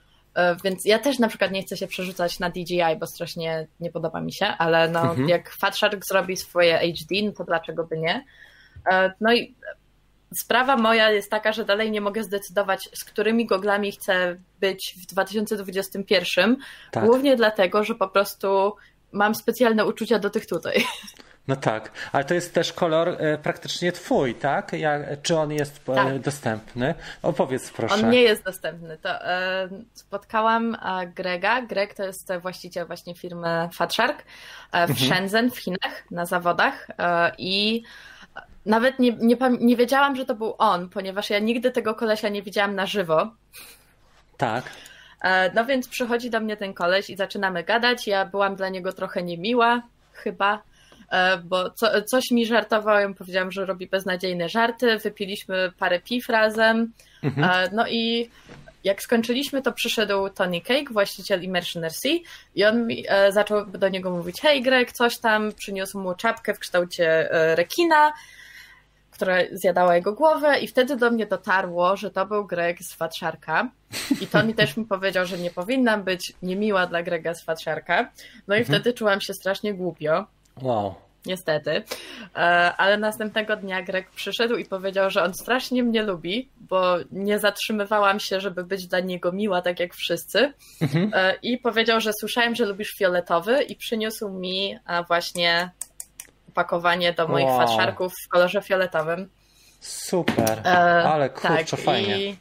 więc ja też na przykład nie chcę się przerzucać na D J I, bo strasznie nie podoba mi się, ale no mhm. jak Fatshark zrobi swoje H D, no to dlaczego by nie? No i sprawa moja jest taka, że dalej nie mogę zdecydować, z którymi goglami chcę być w dwa tysiące dwudziestym pierwszym. Tak. Głównie dlatego, że po prostu mam specjalne uczucia do tych tutaj. No tak, ale to jest też kolor e, praktycznie twój, tak? Ja, czy on jest e, tak. dostępny? Opowiedz proszę. On nie jest dostępny. To, e, spotkałam e, Grega. Greg to jest właściciel właśnie firmy Fatshark e, w mhm. Shenzhen w Chinach na zawodach e, i nawet nie, nie, nie wiedziałam, że to był on, ponieważ ja nigdy tego kolesia nie widziałam na żywo. Tak. No więc przychodzi do mnie ten koleś i zaczynamy gadać. Ja byłam dla niego trochę niemiła, chyba, bo co, coś mi żartował. Ja mu powiedziałam, że robi beznadziejne żarty. Wypiliśmy parę piw razem. Mhm. No i jak skończyliśmy, to przyszedł Tony Cake, właściciel Immersion R C, i on mi zaczął do niego mówić: hej Greg, coś tam, przyniósł mu czapkę w kształcie rekina, która zjadała jego głowę, i wtedy do mnie dotarło, że to był Greg z Fatsharka. I Tony też mi powiedział, że nie powinnam być niemiła dla Grega z Fatsharka. No i mhm. wtedy czułam się strasznie głupio. Wow. Niestety. Ale następnego dnia Greg przyszedł i powiedział, że on strasznie mnie lubi, bo nie zatrzymywałam się, żeby być dla niego miła, tak jak wszyscy. Mhm. I powiedział, że słyszałem, że lubisz fioletowy, i przyniósł mi właśnie opakowanie do moich wow. Fatsharków w kolorze fioletowym. Super, ale kurczę, tak, fajnie. I...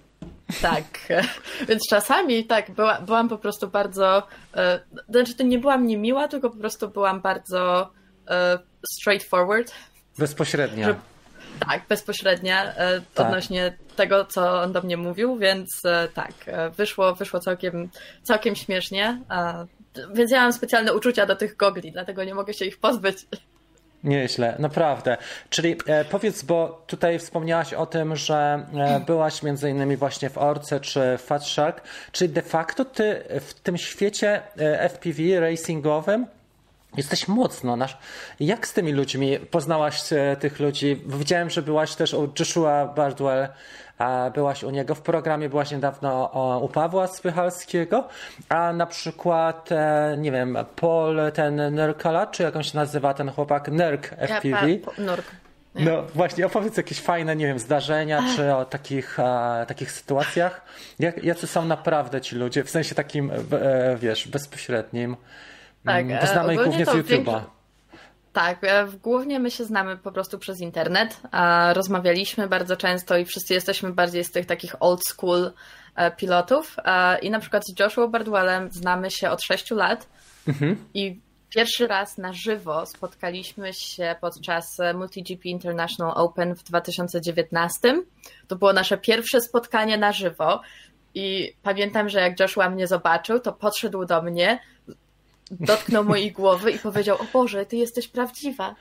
Tak, więc czasami tak, była, byłam po prostu bardzo, znaczy to nie byłam niemiła, tylko po prostu byłam bardzo straightforward. Bezpośrednia. Że, tak, bezpośrednia tak. odnośnie tego, co on do mnie mówił, więc tak, wyszło, wyszło całkiem, całkiem śmiesznie. Więc ja mam specjalne uczucia do tych gogli, dlatego nie mogę się ich pozbyć. Nieźle, naprawdę. Czyli e, powiedz, bo tutaj wspomniałaś o tym, że e, byłaś między innymi właśnie w Orce czy Fat Shark, czyli de facto ty w tym świecie e, F P V racingowym jesteś mocno. Nasz... Jak z tymi ludźmi poznałaś e, tych ludzi? Widziałem, że byłaś też u Joshua Bardwell, a byłaś u niego w programie, byłaś niedawno o, u Pawła Spychalskiego, a na przykład, e, nie wiem, Paul, ten Nurkala, czy jak on się nazywa, ten chłopak, Nurk F P V. Ja, pa, Nurk. No właśnie, opowiedz jakieś fajne, nie wiem, zdarzenia, czy o takich, e, takich sytuacjach. Jak, jacy są naprawdę ci ludzie, w sensie takim, e, wiesz, bezpośrednim. Tak, Bo znamy ich głównie z YouTube'a. Większo- Tak, głównie my się znamy po prostu przez internet, a rozmawialiśmy bardzo często i wszyscy jesteśmy bardziej z tych takich old school pilotów i na przykład z Joshua Bardwellem znamy się od sześciu lat mhm. i pierwszy raz na żywo spotkaliśmy się podczas MultiGP International Open w dwa tysiące dziewiętnastym. To było nasze pierwsze spotkanie na żywo i pamiętam, że jak Joshua mnie zobaczył, to podszedł do mnie, dotknął mojej głowy i powiedział: o Boże, ty jesteś prawdziwa.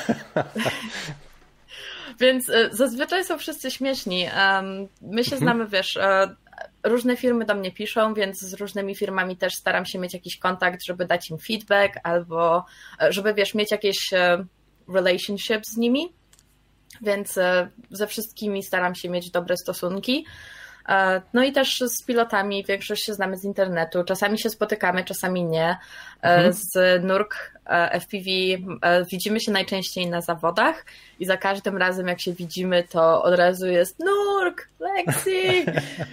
Więc zazwyczaj są wszyscy śmieszni. My się znamy, wiesz, różne firmy do mnie piszą, więc z różnymi firmami też staram się mieć jakiś kontakt, żeby dać im feedback albo żeby, wiesz, mieć jakieś relationship z nimi. Więc ze wszystkimi staram się mieć dobre stosunki. No i też z pilotami większość się znamy z internetu. Czasami się spotykamy, czasami nie. Mhm. Z Nurk F P V widzimy się najczęściej na zawodach i za każdym razem jak się widzimy, to od razu jest Nurk, Lexi!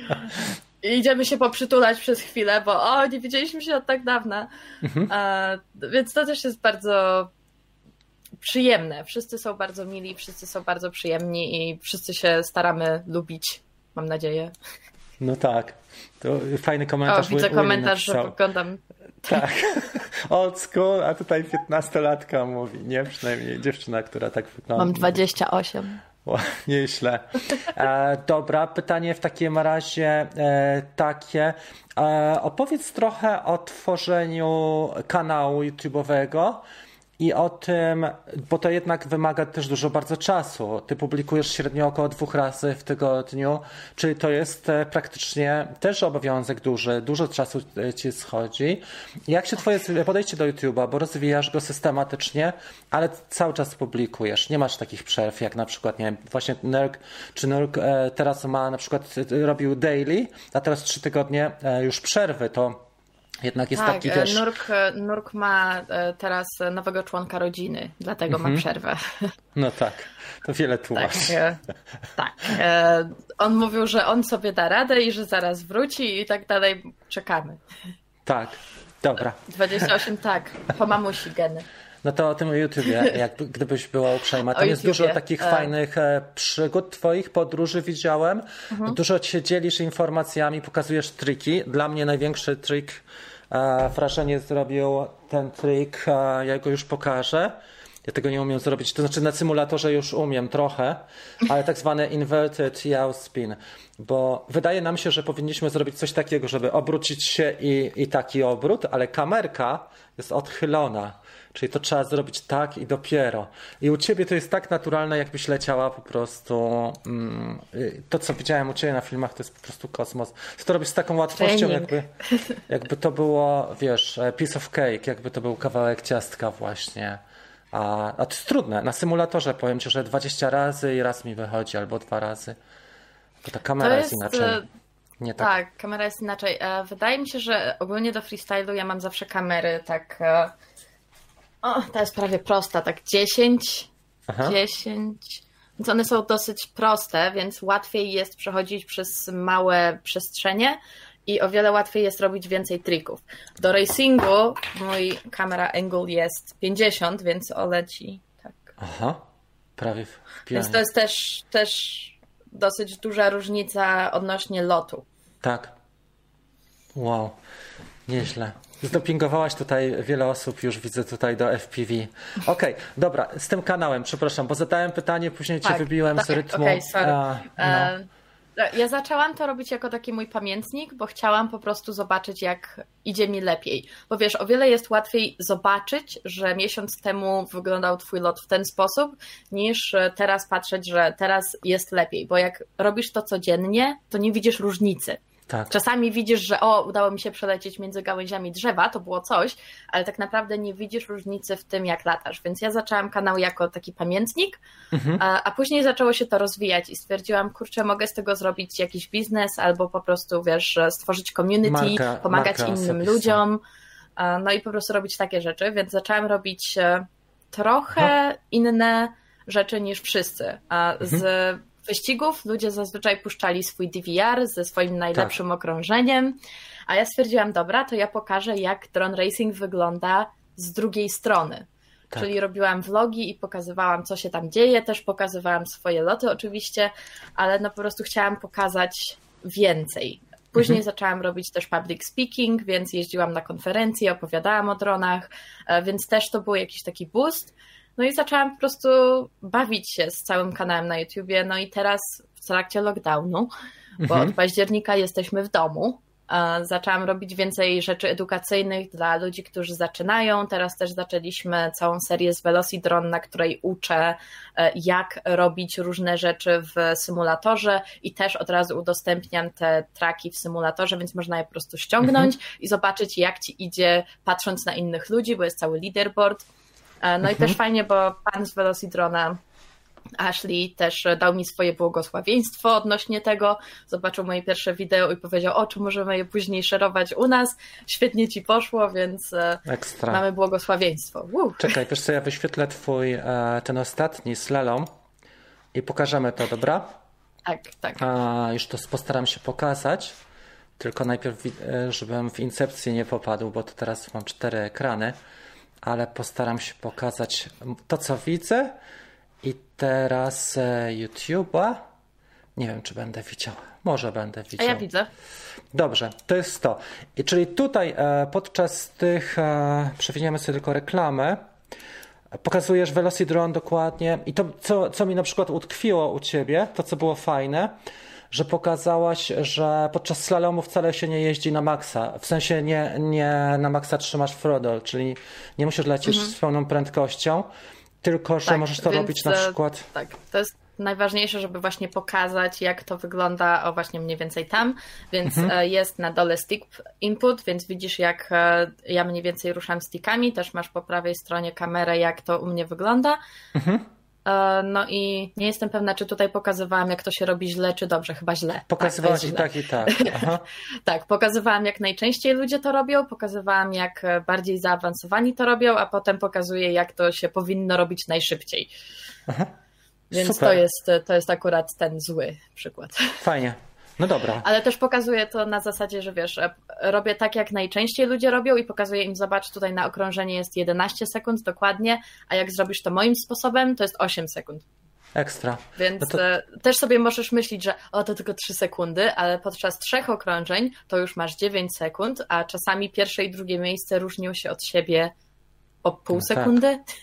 I idziemy się poprzytulać przez chwilę, bo o, nie widzieliśmy się od tak dawna. Mhm. Więc to też jest bardzo przyjemne. Wszyscy są bardzo mili, wszyscy są bardzo przyjemni i wszyscy się staramy lubić. Mam nadzieję. No tak. To fajny komentarz. O, widzę komentarz, że wyglądam. Tak. Old school, a tutaj piętnastolatka mówi. Nie, przynajmniej dziewczyna, która tak wygląda. Mam dwadzieścia osiem. O, nieźle. E, dobra, pytanie w takim razie e, takie. E, opowiedz trochę o tworzeniu kanału YouTube'owego. I o tym, bo to jednak wymaga też dużo bardzo czasu. Ty publikujesz średnio około dwóch razy w tygodniu, czyli to jest praktycznie też obowiązek duży, dużo czasu ci schodzi. Jak się twoje podejście do YouTube'a, bo rozwijasz go systematycznie, ale cały czas publikujesz, nie masz takich przerw, jak na przykład, nie wiem, właśnie Nurk, czy Nurk teraz ma na przykład, robił daily, a teraz trzy tygodnie już przerwy, to jednak jest tak, taki też... Nurk, Nurk ma teraz nowego członka rodziny, dlatego mhm. ma przerwę. No tak, to wiele tłumaczy. Tak, tak. On mówił, że on sobie da radę i że zaraz wróci i tak dalej. Czekamy. Tak, dobra. dwadzieścia osiem, tak. Po mamusi geny. No to o tym YouTubie, jak, gdybyś była uprzejma. Tam jest dużo takich e... fajnych e, przygód twoich, podróży widziałem. Mhm. Dużo się dzielisz informacjami, pokazujesz triki. Dla mnie największy trik, e, wrażenie zrobił ten trik, e, ja go już pokażę. Ja tego nie umiem zrobić, to znaczy na symulatorze już umiem trochę, ale tak zwany inverted yaw spin, bo wydaje nam się, że powinniśmy zrobić coś takiego, żeby obrócić się i, i taki obrót, ale kamerka jest odchylona, czyli to trzeba zrobić tak i dopiero. I u ciebie to jest tak naturalne, jakbyś leciała po prostu, mm, to co widziałem u ciebie na filmach, to jest po prostu kosmos. To robisz z taką łatwością, jakby, jakby to było, wiesz, piece of cake, jakby to był kawałek ciastka właśnie. A, a to jest trudne. Na symulatorze powiem ci, że dwadzieścia razy i raz mi wychodzi, albo dwa razy. Bo ta kamera jest, jest inaczej. Nie tak. tak, kamera jest inaczej. Wydaje mi się, że ogólnie do freestylu ja mam zawsze kamery tak... O, ta jest prawie prosta, tak dziesięć, Aha. dziesięć. Więc one są dosyć proste, więc łatwiej jest przechodzić przez małe przestrzenie i o wiele łatwiej jest robić więcej trików. Do racingu mój kamera angle jest pięćdziesiąt, więc oleci tak. Aha, prawie w pianie. Więc to jest też, też dosyć duża różnica odnośnie lotu. Tak. Wow, nieźle. Zdopingowałaś tutaj wiele osób, już widzę tutaj do F P V. Okej, okay, dobra, z tym kanałem, przepraszam, bo zadałem pytanie, później cię tak, wybiłem tak, z rytmu. Okay, sorry. A, no. Ja zaczęłam to robić jako taki mój pamiętnik, bo chciałam po prostu zobaczyć, jak idzie mi lepiej. Bo wiesz, o wiele jest łatwiej zobaczyć, że miesiąc temu wyglądał twój lot w ten sposób, niż teraz patrzeć, że teraz jest lepiej. Bo jak robisz to codziennie, to nie widzisz różnicy. Tak. Czasami widzisz, że o, udało mi się przelecieć między gałęziami drzewa, to było coś, ale tak naprawdę nie widzisz różnicy w tym, jak latasz. Więc ja zaczęłam kanał jako taki pamiętnik, mhm. a, a później zaczęło się to rozwijać i stwierdziłam, kurczę, mogę z tego zrobić jakiś biznes albo po prostu, wiesz, stworzyć community, marka, pomagać marka innym osobista. ludziom, no i po prostu robić takie rzeczy, więc zaczęłam robić trochę no. inne rzeczy niż wszyscy. Z mhm. wyścigów ludzie zazwyczaj puszczali swój D V R ze swoim najlepszym tak. okrążeniem, a ja stwierdziłam, dobra, to ja pokażę, jak drone racing wygląda z drugiej strony. Tak. Czyli robiłam vlogi i pokazywałam, co się tam dzieje, też pokazywałam swoje loty oczywiście, ale no po prostu chciałam pokazać więcej. Później mhm. zaczęłam robić też public speaking, więc jeździłam na konferencje, opowiadałam o dronach, więc też to był jakiś taki boost. No i zaczęłam po prostu bawić się z całym kanałem na YouTubie, no i teraz w trakcie lockdownu, bo mhm. od października jesteśmy w domu, zaczęłam robić więcej rzeczy edukacyjnych dla ludzi, którzy zaczynają. Teraz też zaczęliśmy całą serię z Velocidrone, na której uczę, jak robić różne rzeczy w symulatorze i też od razu udostępniam te traki w symulatorze, więc można je po prostu ściągnąć mhm. i zobaczyć, jak ci idzie, patrząc na innych ludzi, bo jest cały leaderboard. No mhm. i też fajnie, bo pan z Velocidrona, Ashley, też dał mi swoje błogosławieństwo odnośnie tego, zobaczył moje pierwsze wideo i powiedział, o, czy możemy je później szerować u nas, świetnie ci poszło, więc Ekstra. Mamy błogosławieństwo. Woo. Czekaj, wiesz co, ja wyświetlę twój ten ostatni slalom i pokażemy to, dobra? Tak, tak. A, już to postaram się pokazać, tylko najpierw, żebym w incepcję nie popadł, bo to teraz mam cztery ekrany, ale postaram się pokazać to, co widzę. I teraz YouTube'a. Nie wiem, czy będę widział. Może będę widział. A ja widzę. Dobrze, to jest to. I czyli tutaj podczas tych, przewiniemy sobie tylko reklamę, pokazujesz Velocidrone dokładnie. I to, co, co mi na przykład utkwiło u ciebie, to co było fajne, że pokazałaś, że podczas slalomu wcale się nie jeździ na maksa. W sensie nie, nie na maksa trzymasz throttle, czyli nie musisz lecieć mhm. z pełną prędkością, tylko że tak, możesz to robić na przykład... Tak, to jest najważniejsze, żeby właśnie pokazać, jak to wygląda, o właśnie mniej więcej tam, więc mhm. jest na dole stick input, więc widzisz, jak ja mniej więcej ruszam stickami, też masz po prawej stronie kamerę, jak to u mnie wygląda. Mhm. No i nie jestem pewna, czy tutaj pokazywałam, jak to się robi źle, czy dobrze, chyba źle. Pokazywałaś tak, i tak, i tak. Aha. Tak, pokazywałam, jak najczęściej ludzie to robią, pokazywałam, jak bardziej zaawansowani to robią, a potem pokazuję, jak to się powinno robić najszybciej. Aha. Więc to jest, to jest akurat ten zły przykład. Fajnie. No dobra. Ale też pokazuję to na zasadzie, że wiesz, robię tak, jak najczęściej ludzie robią i pokazuję im, zobacz, tutaj na okrążenie jest jedenaście sekund dokładnie, a jak zrobisz to moim sposobem, to jest osiem sekund. Ekstra. Więc no to... też sobie możesz myśleć, że o, to tylko trzy sekundy, ale podczas trzech okrążeń to już masz dziewięć sekund, a czasami pierwsze i drugie miejsce różnią się od siebie o pół no sekundy. Tak.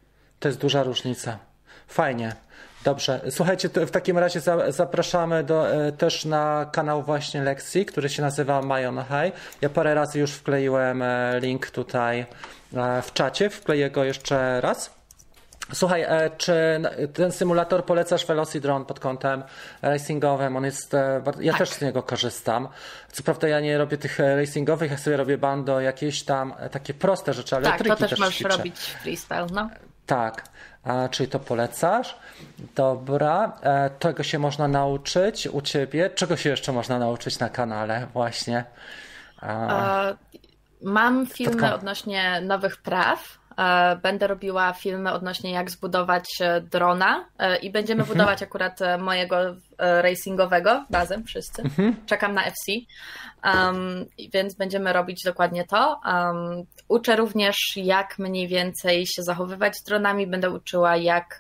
To jest duża różnica. Fajnie. Dobrze, słuchajcie, w takim razie zapraszamy do, też na kanał właśnie Lexi, który się nazywa My On High. Ja parę razy już wkleiłem link tutaj w czacie, wkleję go jeszcze raz. Słuchaj, czy ten symulator polecasz Velocidrone pod kątem racingowym? On jest, ja tak. też z niego korzystam. Co prawda ja nie robię tych racingowych, ja sobie robię bando, jakieś tam takie proste rzeczy, ale tak, triki to też, też możesz ćwiczę. robić freestyle, no. Tak, a, czyli to polecasz. Dobra, e, tego się można nauczyć u ciebie. Czego się jeszcze można nauczyć na kanale właśnie? A... Mam filmy Tatko. odnośnie nowych praw. Będę robiła filmy odnośnie jak zbudować drona i będziemy mhm. budować akurat mojego racingowego razem wszyscy. Mhm. Czekam na F C, um, więc będziemy robić dokładnie to. Um, uczę również jak mniej więcej się zachowywać z dronami. Będę uczyła jak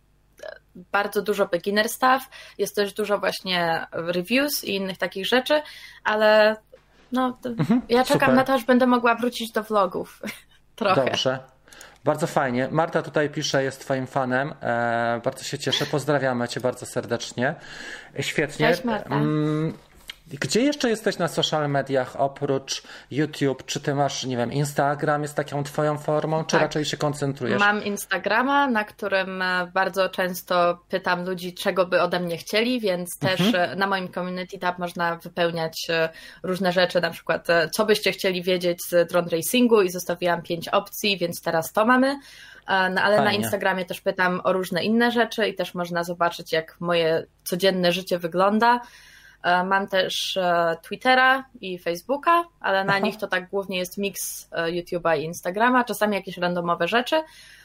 bardzo dużo beginner stuff. Jest też dużo właśnie reviews i innych takich rzeczy, ale no, mhm. ja czekam Super. na to, aż będę mogła wrócić do vlogów. Trochę. Dobrze. Bardzo fajnie. Marta tutaj pisze, jest twoim fanem. E, bardzo się cieszę. Pozdrawiamy cię bardzo serdecznie. Świetnie. Cześć, Marta. Gdzie jeszcze jesteś na social mediach oprócz YouTube? Czy ty masz, nie wiem, Instagram jest taką twoją formą, czy tak. raczej się koncentrujesz? Mam Instagrama, na którym bardzo często pytam ludzi, czego by ode mnie chcieli, więc też mhm. na moim community tab można wypełniać różne rzeczy, na przykład co byście chcieli wiedzieć z drone racingu i zostawiłam pięć opcji, więc teraz to mamy. No ale Fajnie. Na Instagramie też pytam o różne inne rzeczy i też można zobaczyć, jak moje codzienne życie wygląda. Mam też Twittera i Facebooka, ale na Aha. nich to tak głównie jest miks YouTube'a i Instagrama, czasami jakieś randomowe rzeczy.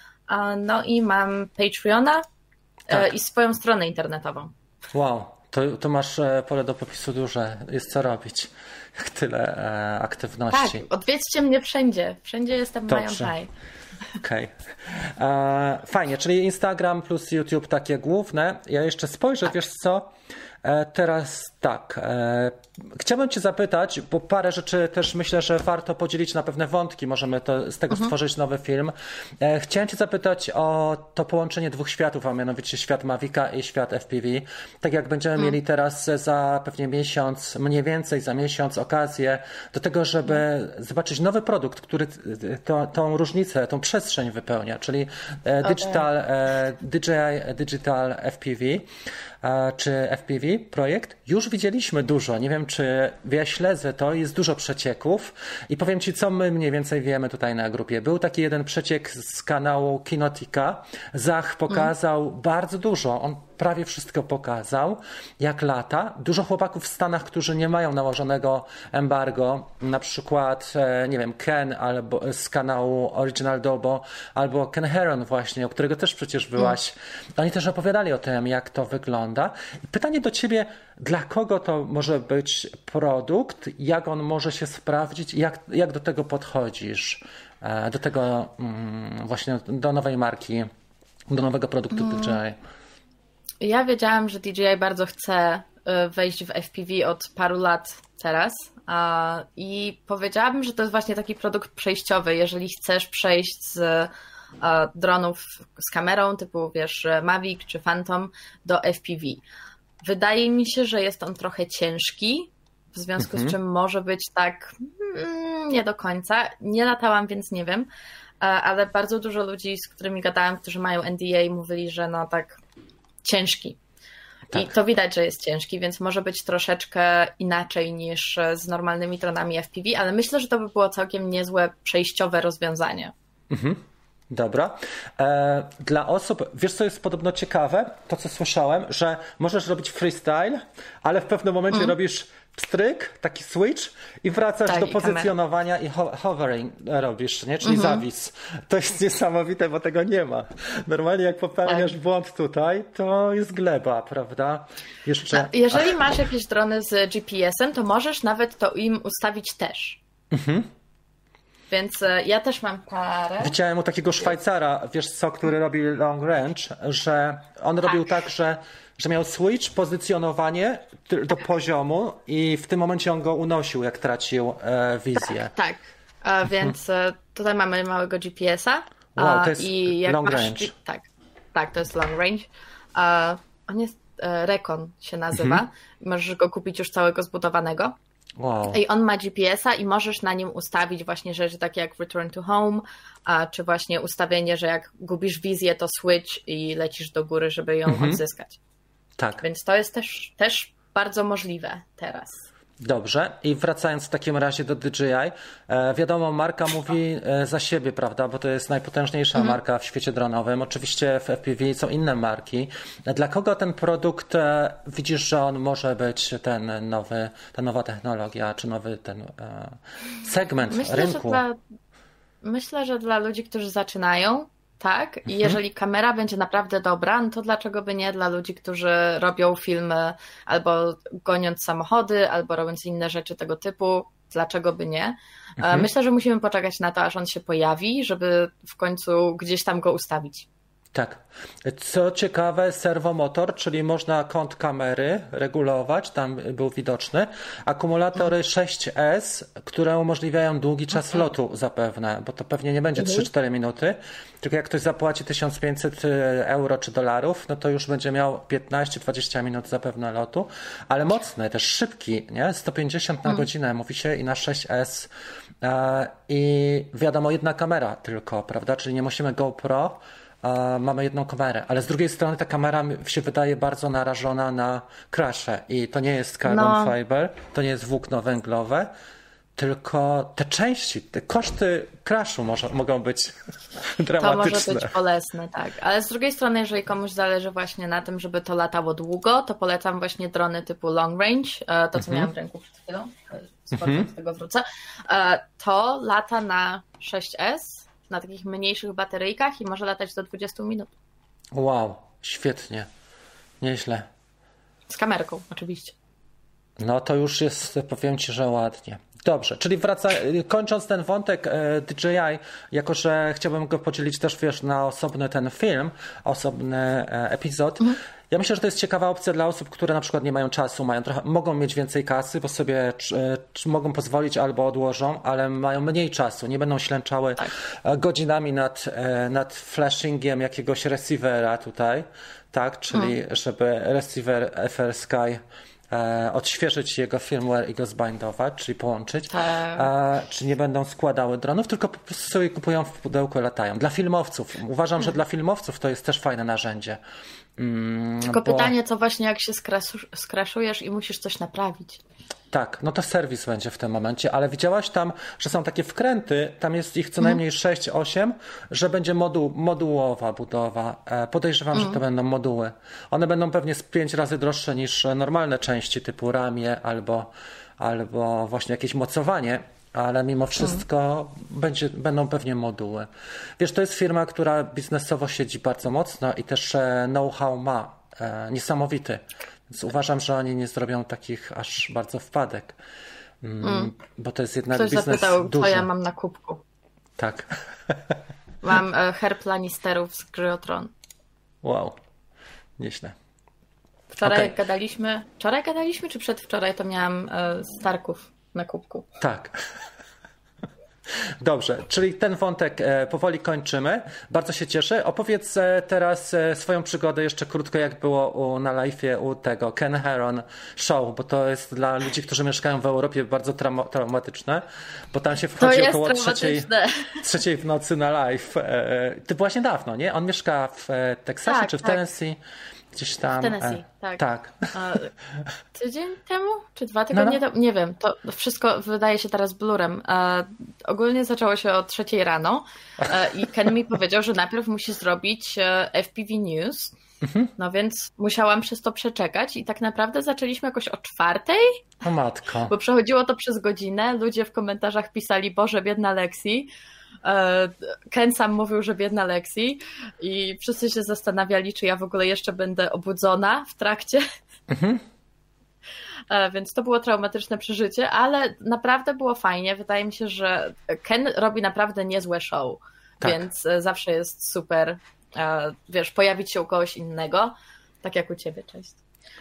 No i mam Patreona tak. i swoją stronę internetową. Wow, to, to masz pole do popisu duże, jest co robić, jak tyle aktywności. Tak, odwiedźcie mnie wszędzie, wszędzie jestem Mają High. Okej. Okay. Fajnie, czyli Instagram plus YouTube takie główne. Ja jeszcze spojrzę, tak. wiesz co? Teraz tak, chciałbym cię zapytać, bo parę rzeczy też myślę, że warto podzielić na pewne wątki, możemy to, z tego mhm. stworzyć nowy film. Chciałem cię zapytać o to połączenie dwóch światów, a mianowicie świat Mavica i świat F P V. Tak jak będziemy mhm. mieli teraz za pewnie miesiąc, mniej więcej za miesiąc okazję do tego, żeby mhm. zobaczyć nowy produkt, który to, tą różnicę, tą przestrzeń wypełnia, czyli digital, okay. D J I Digital F P V. Czy F P V projekt, już widzieliśmy dużo. Nie wiem, czy ja śledzę to, jest dużo przecieków i powiem ci, co my mniej więcej wiemy tutaj na grupie. Był taki jeden przeciek z kanału Kinotika. Zach pokazał mm. bardzo dużo. On prawie wszystko pokazał, jak lata. Dużo chłopaków w Stanach, którzy nie mają nałożonego embargo, na przykład, nie wiem, Ken albo z kanału Original Dobo, albo Ken Heron właśnie, o którego też przecież byłaś. Mm. Oni też opowiadali o tym, jak to wygląda. I pytanie do ciebie, dla kogo to może być produkt, jak on może się sprawdzić, jak, jak do tego podchodzisz, do tego właśnie, do nowej marki, do nowego produktu mm. D J I? Ja wiedziałam, że D J I bardzo chce wejść w F P V od paru lat teraz i powiedziałabym, że to jest właśnie taki produkt przejściowy, jeżeli chcesz przejść z dronów z kamerą typu, wiesz, Mavic czy Phantom do F P V. Wydaje mi się, że jest on trochę ciężki, w związku mhm. z czym może być tak mm, nie do końca. Nie latałam, więc nie wiem, ale bardzo dużo ludzi, z którymi gadałam, którzy mają N D A, mówili, że no tak ciężki. Tak. I to widać, że jest ciężki, więc może być troszeczkę inaczej niż z normalnymi dronami F P V, ale myślę, że to by było całkiem niezłe przejściowe rozwiązanie. Mhm. Dobra. Dla osób, wiesz co jest podobno ciekawe? To co słyszałem, że możesz robić freestyle, ale w pewnym momencie mm. robisz pstryk, taki switch i wracasz tak, do i pozycjonowania kamer. I ho- hovering robisz, nie? Czyli mm-hmm. zawis. To jest niesamowite, bo tego nie ma. Normalnie jak popełniasz tak. błąd tutaj, to jest gleba, prawda? Jeszcze... Jeżeli masz jakieś drony z G P S-em, to możesz nawet to im ustawić też. Mhm. Więc ja też mam parę. Widziałem u takiego Szwajcara, wiesz co, który robi long range, że on tak. robił tak, że, że miał switch, pozycjonowanie do poziomu i w tym momencie on go unosił, jak tracił e, wizję. Tak, tak. Więc tutaj mamy małego G P S-a. Wow, to jest i jak long masz, range. Tak, tak, to jest long range. On jest, Recon się nazywa. Mhm. Możesz go kupić już całego zbudowanego. Wow. I on ma G P S-a i możesz na nim ustawić właśnie rzeczy takie jak return to home, a, czy właśnie ustawienie, że jak gubisz wizję, to switch i lecisz do góry, żeby ją mhm. odzyskać. Tak. Więc to jest też, też bardzo możliwe teraz. Dobrze. I wracając w takim razie do D J I, e, wiadomo, marka mówi e, za siebie, prawda, bo to jest najpotężniejsza mhm. marka w świecie dronowym. Oczywiście w F P V są inne marki. Dla kogo ten produkt, e, widzisz, że on może być ten nowy, ta nowa technologia, czy nowy ten e, segment myślę, rynku? Że dla, myślę, że dla ludzi, którzy zaczynają, tak, i mhm. jeżeli kamera będzie naprawdę dobra, no to dlaczego by nie dla ludzi, którzy robią filmy albo goniąc samochody, albo robiąc inne rzeczy tego typu, dlaczego by nie? Mhm. Myślę, że musimy poczekać na to, aż on się pojawi, żeby w końcu gdzieś tam go ustawić. Tak. Co ciekawe, serwomotor, czyli można kąt kamery regulować, tam był widoczny. Akumulatory sześć S, które umożliwiają długi czas lotu zapewne, bo to pewnie nie będzie trzy cztery minuty, tylko jak ktoś zapłaci tysiąc pięćset euro czy dolarów, no to już będzie miał piętnaście dwadzieścia minut zapewne lotu, ale mocny, też szybki, nie? sto pięćdziesiąt na godzinę mówi się i na sześć S. I wiadomo, jedna kamera tylko, prawda? Czyli nie musimy GoPro, mamy jedną kamerę, ale z drugiej strony ta kamera się wydaje bardzo narażona na crashe i to nie jest carbon no. fiber, to nie jest włókno węglowe, tylko te części, te koszty crashu może, mogą być dramatyczne. To może być bolesne, tak. Ale z drugiej strony, jeżeli komuś zależy właśnie na tym, żeby to latało długo, to polecam właśnie drony typu long range, to co mhm. miałam w ręku przed chwilą, mhm. z tego wrócę, to lata na sześć S, na takich mniejszych bateryjkach i może latać do dwadzieścia minut. Wow, świetnie. Nieźle. Z kamerką oczywiście. No to już jest, powiem Ci, że ładnie. Dobrze, czyli wraca, kończąc ten wątek D J I, jako że chciałbym go podzielić też, wiesz, na osobny ten film, osobny epizod. Mhm. Ja myślę, że to jest ciekawa opcja dla osób, które na przykład nie mają czasu, mają trochę, mogą mieć więcej kasy, bo sobie czy, czy mogą pozwolić albo odłożą, ale mają mniej czasu, nie będą ślęczały tak. godzinami nad, nad flashingiem jakiegoś receivera tutaj, tak, czyli mhm. żeby receiver F R Sky E, odświeżyć jego firmware i go zbindować, czyli połączyć, tak. e, czy nie będą składały dronów, tylko po prostu sobie kupują w pudełku i latają. Dla filmowców. Uważam, hmm. że dla filmowców to jest też fajne narzędzie. Mm, tylko bo... pytanie, co właśnie jak się skrasz, skraszujesz i musisz coś naprawić. Tak, no to serwis będzie w tym momencie, ale widziałaś tam, że są takie wkręty, tam jest ich co najmniej sześć osiem, że będzie moduł, modułowa budowa. Podejrzewam, mm. że to będą moduły. One będą pewnie z pięć razy droższe niż normalne części typu ramię albo, albo właśnie jakieś mocowanie, ale mimo wszystko mm. będzie, będą pewnie moduły. Wiesz, to jest firma, która biznesowo siedzi bardzo mocno i też know-how ma e, niesamowity. Więc uważam, że oni nie zrobią takich aż bardzo wpadek, mm. bo to jest jednak Ktoś biznes zapytał, duży. co ja mam na kubku. Tak. Mam e, herb Lannisterów z Gry o Tron. Wow, nieźle. Wczoraj okay. gadaliśmy, wczoraj gadaliśmy, czy przedwczoraj to miałam e, Starków na kubku. Tak. Dobrze, czyli ten wątek e, powoli kończymy. Bardzo się cieszę. Opowiedz e, teraz e, swoją przygodę jeszcze krótko, jak było u, na live'ie u tego Ken Heron Show, bo to jest dla ludzi, którzy mieszkają w Europie bardzo trauma- traumatyczne, bo tam się wchodzi około trzeciej, trzeciej w nocy na live. E, to byłaś niedawno, nie? On mieszka w e, Teksasie tak, czy w tak. Tennessee? Gdzieś tam. W Tennessee, e, tak. tak. A, tydzień temu? Czy dwa tygodnie no, no. temu? Nie wiem. To wszystko wydaje się teraz blurem. E, ogólnie zaczęło się o trzeciej rano e, i Ken mi powiedział, że najpierw musi zrobić e, F P V News. Mhm. No więc musiałam przez to przeczekać i tak naprawdę zaczęliśmy jakoś o czwartej. O matko. Bo przechodziło to przez godzinę. Ludzie w komentarzach pisali, Boże, biedna Lexi. Ken sam mówił, że biedna Lexi i wszyscy się zastanawiali, czy ja w ogóle jeszcze będę obudzona w trakcie. Mhm. Więc to było traumatyczne przeżycie, ale naprawdę było fajnie. Wydaje mi się, że Ken robi naprawdę niezłe show, tak. Więc zawsze jest super, wiesz, pojawić się u kogoś innego, tak jak u ciebie, cześć.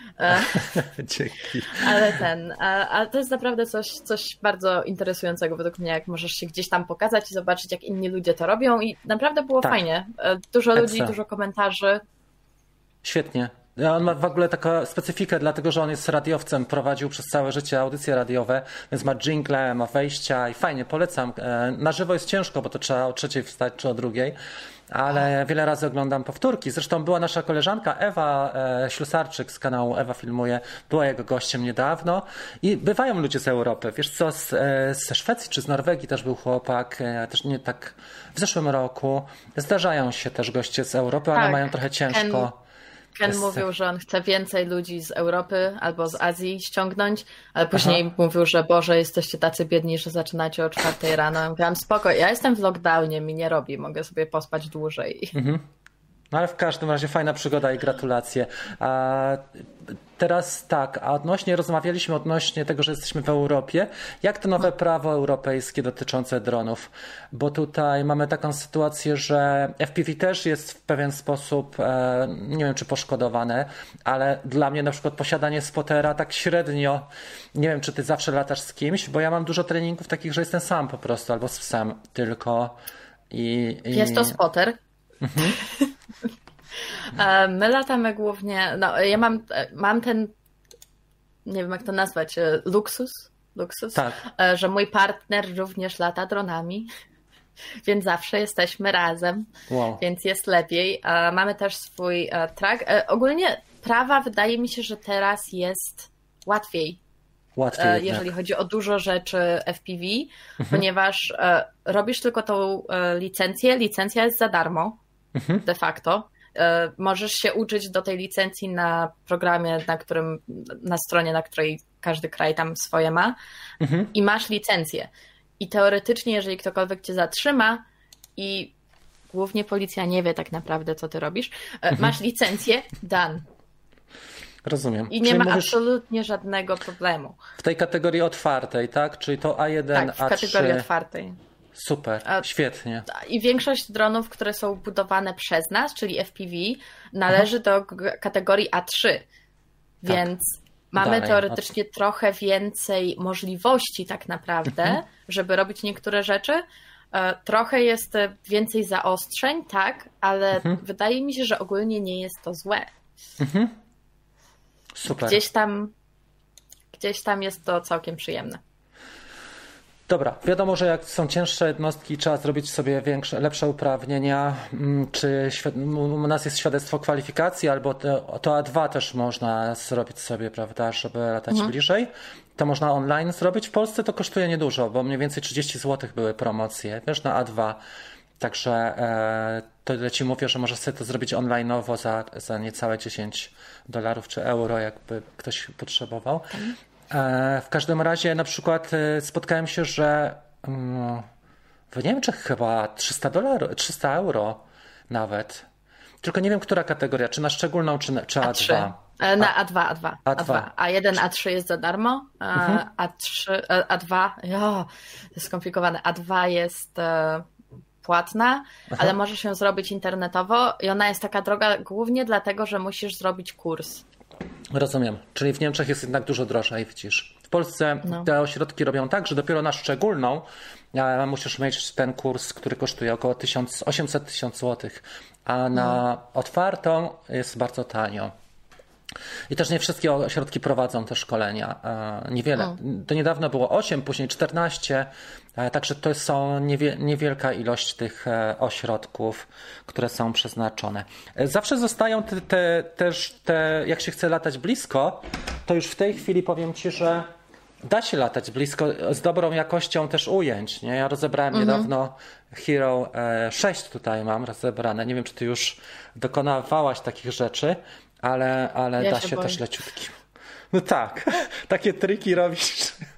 Dzięki. Ale ten, ale to jest naprawdę coś, coś bardzo interesującego według mnie, jak możesz się gdzieś tam pokazać i zobaczyć, jak inni ludzie to robią i naprawdę było tak. fajnie. Dużo Exa. ludzi, dużo komentarzy. Świetnie. On ma w ogóle taką specyfikę, dlatego że on jest radiowcem, prowadził przez całe życie audycje radiowe, więc ma dżingle, ma wejścia i fajnie, polecam. Na żywo jest ciężko, bo to trzeba o trzeciej wstać czy o drugiej, ale wiele razy oglądam powtórki. Zresztą była nasza koleżanka Ewa e, Ślusarczyk z kanału Ewa Filmuje, była jego gościem niedawno i bywają ludzie z Europy. Wiesz co, z, e, ze Szwecji czy z Norwegii też był chłopak, e, też nie tak w zeszłym roku. Zdarzają się też goście z Europy, ale tak, mają trochę ciężko. Ken, Ken mówił, że on chce więcej ludzi z Europy albo z Azji ściągnąć, ale później Aha. mówił, że Boże, jesteście tacy biedni, że zaczynacie o czwartej rano. Ja mówiłam, spoko, ja jestem w lockdownie, mi nie robi, mogę sobie pospać dłużej. Mhm. No ale w każdym razie fajna przygoda i gratulacje. A teraz tak, a odnośnie, rozmawialiśmy odnośnie tego, że jesteśmy w Europie. Jak to nowe prawo europejskie dotyczące dronów? Bo tutaj mamy taką sytuację, że F P V też jest w pewien sposób, e, nie wiem czy poszkodowane, ale dla mnie na przykład posiadanie spotera tak średnio, nie wiem czy ty zawsze latasz z kimś, bo ja mam dużo treningów takich, że jestem sam po prostu, albo z psem tylko. I, i... Jest to spotter. Mhm. My latamy głównie, no ja mam, mam ten, nie wiem jak to nazwać, luksus, luksus, tak. Że mój partner również lata dronami, więc zawsze jesteśmy razem, wow. Więc jest lepiej. Mamy też swój track. Ogólnie prawa wydaje mi się, że teraz jest łatwiej. Łatwiej, jeżeli tak. chodzi o dużo rzeczy F P V, mhm. ponieważ robisz tylko tą licencję, licencja jest za darmo, mhm. de facto. Możesz się uczyć do tej licencji na programie, na którym, na stronie, na której każdy kraj tam swoje ma mhm. i masz licencję. I teoretycznie, jeżeli ktokolwiek cię zatrzyma i głównie policja nie wie tak naprawdę, co ty robisz, mhm. masz licencję, done. Rozumiem. I nie Czyli ma absolutnie żadnego problemu. W tej kategorii otwartej, tak? Czyli to A jeden, tak, w A trzy. Kategorii otwartej. Super, świetnie. I większość dronów, które są budowane przez nas, czyli F P V, należy Aha. do kategorii A trzy. Tak. Więc mamy Dalej, teoretycznie od... trochę więcej możliwości tak naprawdę, mhm. żeby robić niektóre rzeczy. Trochę jest więcej zaostrzeń, tak, ale mhm. wydaje mi się, że ogólnie nie jest to złe. Mhm. Super. Gdzieś tam, gdzieś tam jest to całkiem przyjemne. Dobra, wiadomo, że jak są cięższe jednostki, trzeba zrobić sobie większe, lepsze uprawnienia. Czy u nas jest świadectwo kwalifikacji, albo to, to A dwa też można zrobić sobie, prawda, żeby latać mhm. bliżej. To można online zrobić. W Polsce to kosztuje niedużo, bo mniej więcej trzydzieści złotych były promocje, wiesz, na A dwa. Także e, to ci mówię, że możesz sobie to zrobić online'owo za, za niecałe dziesięć dolarów czy euro, jakby ktoś potrzebował. Mhm. W każdym razie na przykład spotkałem się, że w Niemczech chyba trzysta dolarów, trzysta euro nawet. Tylko nie wiem, która kategoria, czy na szczególną, czy, na, czy A trzy. A dwa. Na A dwa, A dwa. A dwa. A jeden, A trzy jest za darmo, mhm. A trzy, A dwa, jo, to jest skomplikowane. A dwa jest płatna, Aha. ale możesz ją zrobić internetowo i ona jest taka droga głównie dlatego, że musisz zrobić kurs. Rozumiem. Czyli w Niemczech jest jednak dużo drożej, widzisz. W Polsce no. te ośrodki robią tak, że dopiero na szczególną musisz mieć ten kurs, który kosztuje około osiemset do tysiąca złotych, a na no. otwartą jest bardzo tanio. I też nie wszystkie ośrodki prowadzą te szkolenia. Niewiele. No. Do niedawna było osiem, później czternaście. Także to są niewielka ilość tych ośrodków, które są przeznaczone. Zawsze zostają te, te, też te, jak się chce latać blisko, to już w tej chwili powiem Ci, że da się latać blisko z dobrą jakością też ujęć. Nie? Ja rozebrałem mhm. niedawno Hero sześć tutaj mam rozebrane. Nie wiem, czy Ty już dokonawałaś takich rzeczy, ale, ale ja da się, się boję. też leciutkim. No tak, takie triki robisz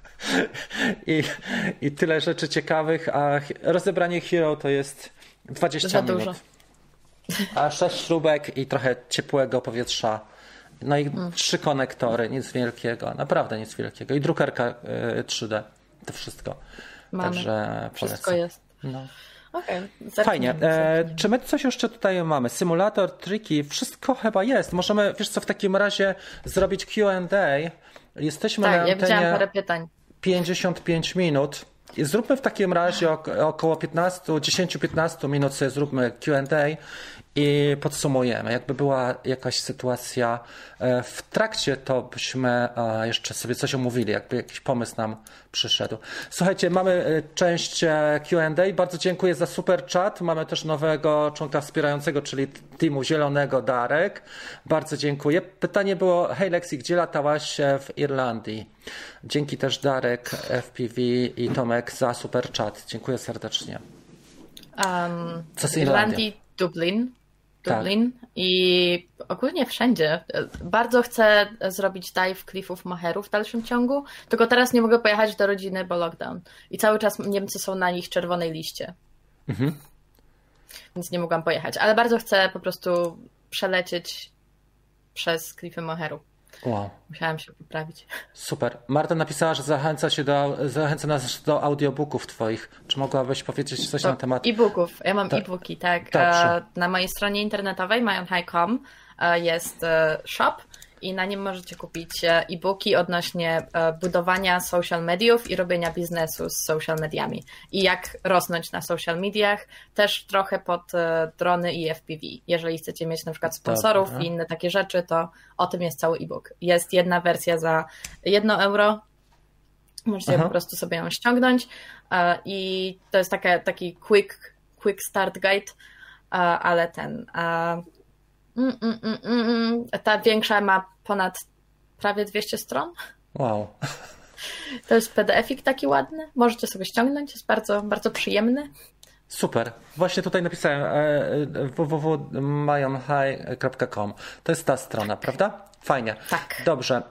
i, i tyle rzeczy ciekawych, a rozebranie Hero to jest dwadzieścia Za minut. Dużo. A sześć śrubek i trochę ciepłego powietrza. No i mm. trzy konektory, nic wielkiego, naprawdę nic wielkiego. I drukarka trzy D, to wszystko. Mamy. Także wszystko polecam. jest. No. Okay, Fajnie. E, czy my coś jeszcze tutaj mamy? Symulator, triki, wszystko chyba jest. Możemy, wiesz co, w takim razie zrobić Q and A. Jesteśmy tak, na ja antenie parę pytań. pięćdziesiąt pięć minut. I zróbmy w takim razie około piętnaście, dziesięć do piętnastu minut sobie zróbmy Q and A i podsumujemy. Jakby była jakaś sytuacja w trakcie, to byśmy jeszcze sobie coś omówili, jakby jakiś pomysł nam przyszedł. Słuchajcie, mamy część Q and A. Bardzo dziękuję za super chat. Mamy też nowego członka wspierającego, czyli teamu Zielonego, Darek. Bardzo dziękuję. Pytanie było, hej Lexi, gdzie latałaś w Irlandii? Dzięki też Darek, F P V i Tomek za super chat. Dziękuję serdecznie. Um, Co z Irlandii? Dublin. Dublin tak. I ogólnie wszędzie. Bardzo chcę zrobić dive Cliffów Moheru w dalszym ciągu, tylko teraz nie mogę pojechać do rodziny, bo lockdown. I cały czas Niemcy są na nich czerwonej liście. Mhm. więc nie mogłam pojechać. Ale bardzo chcę po prostu przelecieć przez klify Moheru. Wow. Musiałam się poprawić. Super. Marta napisała, że zachęca się do, zachęca nas do audiobooków twoich. Czy mogłabyś powiedzieć coś do na temat... E-booków. Ja mam Ta... e-booki, tak. Dobrze. Na mojej stronie internetowej mają high kropka com jest shop i na nim możecie kupić e-booki odnośnie budowania social mediów i robienia biznesu z social mediami. I jak rosnąć na social mediach, też trochę pod drony i F P V. Jeżeli chcecie mieć na przykład sponsorów Dobra. i inne takie rzeczy, to o tym jest cały e-book. Jest jedna wersja za jedno euro. Możecie Aha. po prostu sobie ją ściągnąć i to jest taka, taki quick, quick start guide, ale ten... Mm, mm, mm, mm. Ta większa ma ponad prawie dwieście stron. Wow. To jest P D F-ik taki ładny. Możecie sobie ściągnąć, jest bardzo, bardzo przyjemny. Super. Właśnie tutaj napisałem w w w kropka mayonhigh kropka com. To jest ta strona, prawda? Fajnie. Tak. Dobrze.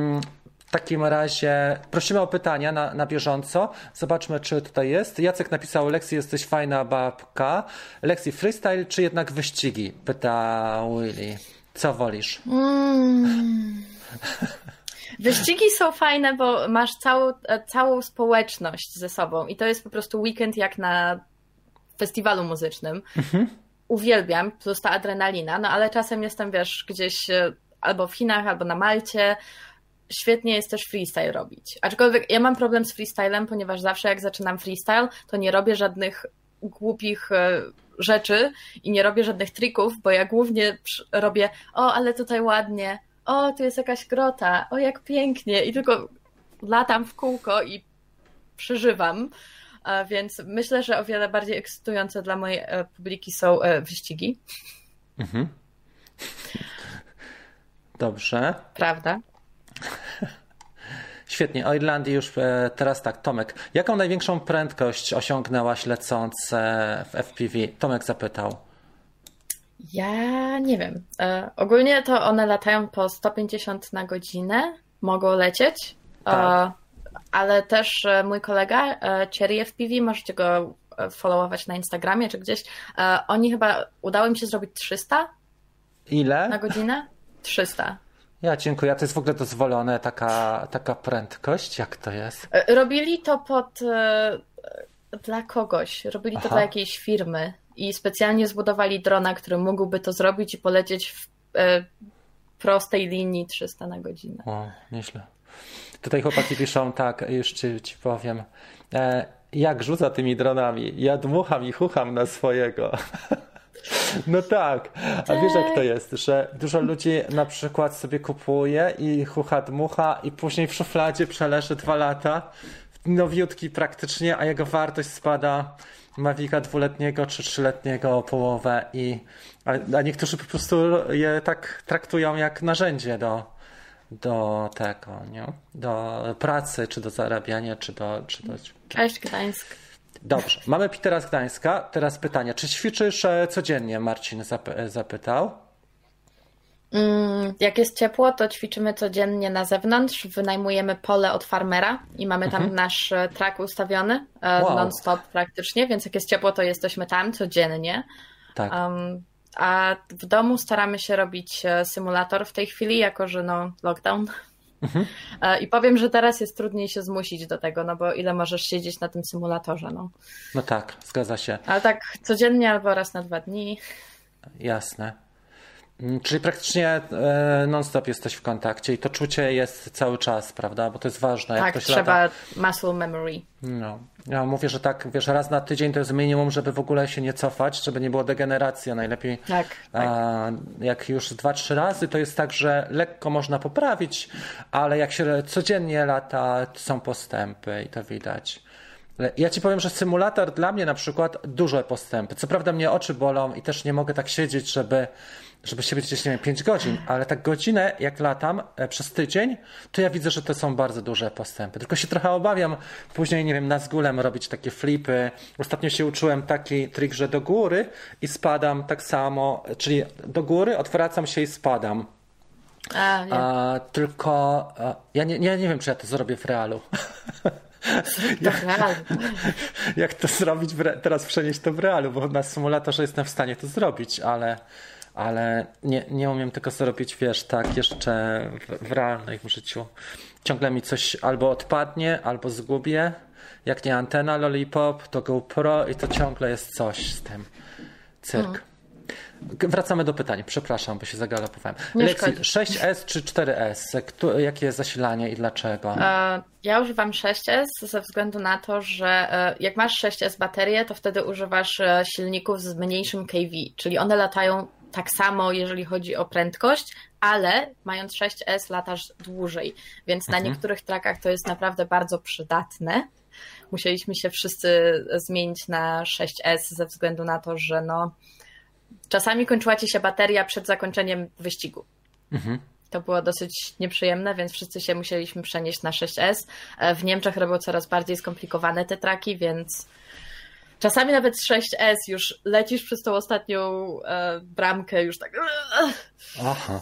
W takim razie prosimy o pytania na, na bieżąco. Zobaczmy, czy tutaj jest. Jacek napisał: Lexi, jesteś fajna babka. Lexi, freestyle czy jednak wyścigi? Pyta Willy. Co wolisz? Mm. Wyścigi są fajne, bo masz całą, całą społeczność ze sobą i to jest po prostu weekend jak na festiwalu muzycznym. Mhm. Uwielbiam, to jest ta adrenalina, no ale czasem jestem, wiesz, gdzieś albo w Chinach, albo na Malcie. Świetnie jest też freestyle robić. Aczkolwiek ja mam problem z freestylem, ponieważ zawsze jak zaczynam freestyle, to nie robię żadnych głupich rzeczy i nie robię żadnych trików, bo ja głównie robię: o, ale tutaj ładnie, o, tu jest jakaś grota, o, jak pięknie, i tylko latam w kółko i przeżywam. Więc myślę, że o wiele bardziej ekscytujące dla mojej publiki są wyścigi. Mhm. Dobrze. Prawda? Świetnie. O Irlandii już teraz tak. Tomek, jaką największą prędkość osiągnęłaś lecąc w F P V? Tomek zapytał. Ja nie wiem. Ogólnie to one latają po sto pięćdziesiąt na godzinę. Mogą lecieć. Tak. Ale też mój kolega Cherry F P V, możecie go followować na Instagramie czy gdzieś. Oni chyba, udało im się zrobić trzysta. Ile? Na godzinę? trzysta. Ja dziękuję. To jest w ogóle dozwolone, taka, taka prędkość? Jak to jest? Robili to pod dla kogoś. Robili Aha. to dla jakiejś firmy i specjalnie zbudowali drona, który mógłby to zrobić i polecieć w e, prostej linii trzysta na godzinę. O, nieźle. Tutaj chłopaki piszą tak, już ci, ci powiem. E, jak rzuca tymi dronami? Ja dmucham i chucham na swojego. No tak, a wiesz jak to jest, że dużo ludzi na przykład sobie kupuje i chucha dmucha i później w szufladzie przeleży dwa lata, nowiutki praktycznie, a jego wartość spada Mavica dwuletniego czy trzyletniego o połowę i a, a niektórzy po prostu je tak traktują jak narzędzie do, do tego, nie? Do pracy, czy do zarabiania, czy do... Czy do czy... Cześć Gdańsk. Dobrze, mamy Petera z Gdańska. Teraz pytanie, czy ćwiczysz codziennie? Marcin zapy- zapytał. Mm, jak jest ciepło, to ćwiczymy codziennie na zewnątrz. Wynajmujemy pole od farmera i mamy tam mhm. nasz track ustawiony wow. non-stop praktycznie, więc jak jest ciepło, to jesteśmy tam codziennie. Tak. Um, a w domu staramy się robić symulator w tej chwili, jako że no lockdown. Mhm. I powiem, że teraz jest trudniej się zmusić do tego, no bo ile możesz siedzieć na tym symulatorze, no. No tak, zgadza się. Ale tak codziennie albo raz na dwa dni. Jasne. Czyli praktycznie non-stop jesteś w kontakcie i to czucie jest cały czas, prawda? Bo to jest ważne. Tak, jak trzeba lata... muscle memory. No. Ja mówię, że tak, wiesz, raz na tydzień to jest minimum, żeby w ogóle się nie cofać, żeby nie było degeneracji, a najlepiej tak, tak. A, jak już dwa, trzy razy, to jest tak, że lekko można poprawić, ale jak się codziennie lata, to są postępy i to widać. Ja ci powiem, że symulator dla mnie na przykład duże postępy. Co prawda mnie oczy bolą i też nie mogę tak siedzieć, żeby żeby siedzieć gdzieś, nie wiem, pięć godzin, ale tak godzinę jak latam e, przez tydzień, to ja widzę, że to są bardzo duże postępy. Tylko się trochę obawiam później, nie wiem, na zgólem robić takie flipy. Ostatnio się uczyłem taki trik, że do góry i spadam tak samo, czyli do góry, odwracam się i spadam. A, nie. A, tylko a, ja, nie, ja nie wiem, czy ja to zrobię w realu. To w realu. Jak to zrobić, w re... teraz przenieść to w realu, bo na symulatorze jestem w stanie to zrobić, ale, ale nie, nie umiem tego zrobić, wiesz, tak jeszcze w, w realnym życiu. Ciągle mi coś albo odpadnie, albo zgubię. Jak nie antena Lollipop, to GoPro i to ciągle jest coś z tym. Cyrk. Hmm. Wracamy do pytań. Przepraszam, bo się zagalopowałem. Lexi, sześć S czy cztery S? Jakie jest zasilanie i dlaczego? Ja używam sześć S ze względu na to, że jak masz sześć S baterię, to wtedy używasz silników z mniejszym K V, czyli one latają tak samo, jeżeli chodzi o prędkość, ale mając sześć S latasz dłużej, więc mhm. na niektórych trackach to jest naprawdę bardzo przydatne. Musieliśmy się wszyscy zmienić na sześć S ze względu na to, że no czasami kończyła ci się bateria przed zakończeniem wyścigu. Mhm. To było dosyć nieprzyjemne, więc wszyscy się musieliśmy przenieść na sześć S. W Niemczech robią coraz bardziej skomplikowane te traki, więc czasami nawet z sześć S już lecisz przez tą ostatnią e, bramkę, już tak. Aha.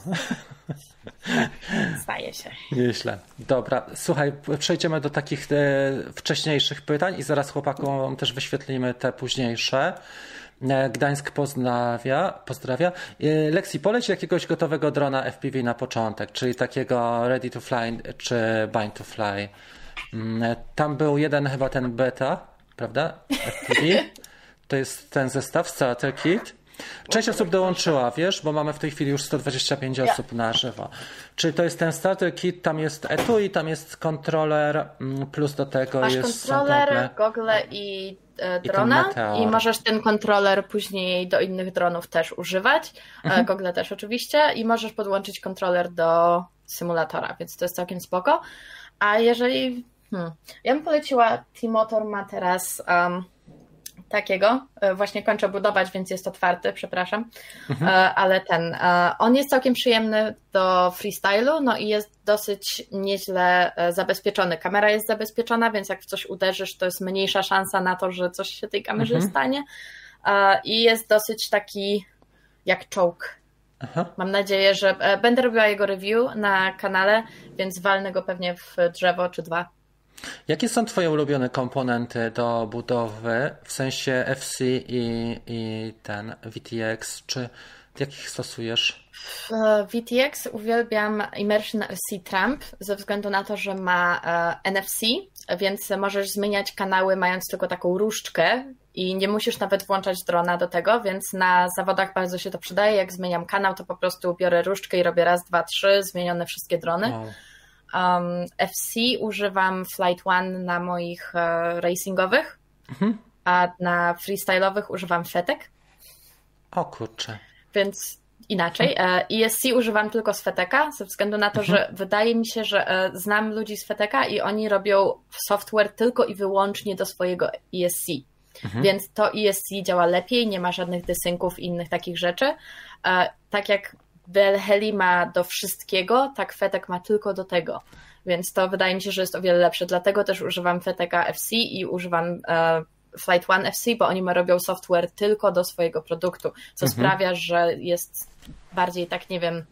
Staje się. Nieźle. Dobra, słuchaj, przejdziemy do takich e, wcześniejszych pytań i zaraz chłopakom też wyświetlimy te późniejsze. Gdańsk pozdrawia. pozdrawia. Lexi, poleć jakiegoś gotowego drona F P V na początek, czyli takiego Ready to Fly czy Bind to Fly. Tam był jeden chyba ten beta, prawda? F P V. To jest ten zestaw, Starter Kit. Część osób dołączyła, wiesz, bo mamy w tej chwili już sto dwadzieścia pięć osób na żywo. Czyli to jest ten Starter Kit, tam jest etui, tam jest kontroler, plus do tego Masz jest... kontroler, gogle i e, drona i, i możesz ten kontroler później do innych dronów też używać, mhm. gogle też oczywiście i możesz podłączyć kontroler do symulatora, więc to jest całkiem spoko. A jeżeli... Hmm, ja bym poleciła, T-Motor ma teraz... Um, takiego, właśnie kończę budować, więc jest otwarty, przepraszam, mhm. ale ten, on jest całkiem przyjemny do freestylu, no i jest dosyć nieźle zabezpieczony. Kamera jest zabezpieczona, więc jak w coś uderzysz, to jest mniejsza szansa na to, że coś się tej kamerze mhm. stanie i jest dosyć taki jak czołg. Aha. Mam nadzieję, że będę robiła jego review na kanale, więc walnę go pewnie w drzewo czy dwa. Jakie są twoje ulubione komponenty do budowy, w sensie F C i, i ten V T X, czy jakich stosujesz? W V T X uwielbiam Immersion F C Tramp ze względu na to, że ma N F C, więc możesz zmieniać kanały mając tylko taką różdżkę i nie musisz nawet włączać drona do tego, więc na zawodach bardzo się to przydaje. Jak zmieniam kanał, to po prostu biorę różdżkę i robię raz, dwa, trzy, zmienione wszystkie drony. Wow. Um, F C używam Flight One na moich e, racingowych, mhm. a na freestyle'owych używam Fetek. O kurczę. Więc inaczej. E, E S C używam tylko z Feteka, ze względu na to, mhm. że wydaje mi się, że e, znam ludzi z Feteka i oni robią software tylko i wyłącznie do swojego E S C. Mhm. Więc to E S C działa lepiej, nie ma żadnych desynków i innych takich rzeczy. E, tak jak Velheli ma do wszystkiego, tak Fetek ma tylko do tego. Więc to wydaje mi się, że jest o wiele lepsze. Dlatego też używam Feteka F C i używam e, Flight One F C, bo oni robią software tylko do swojego produktu, co mhm. sprawia, że jest bardziej tak, nie wiem,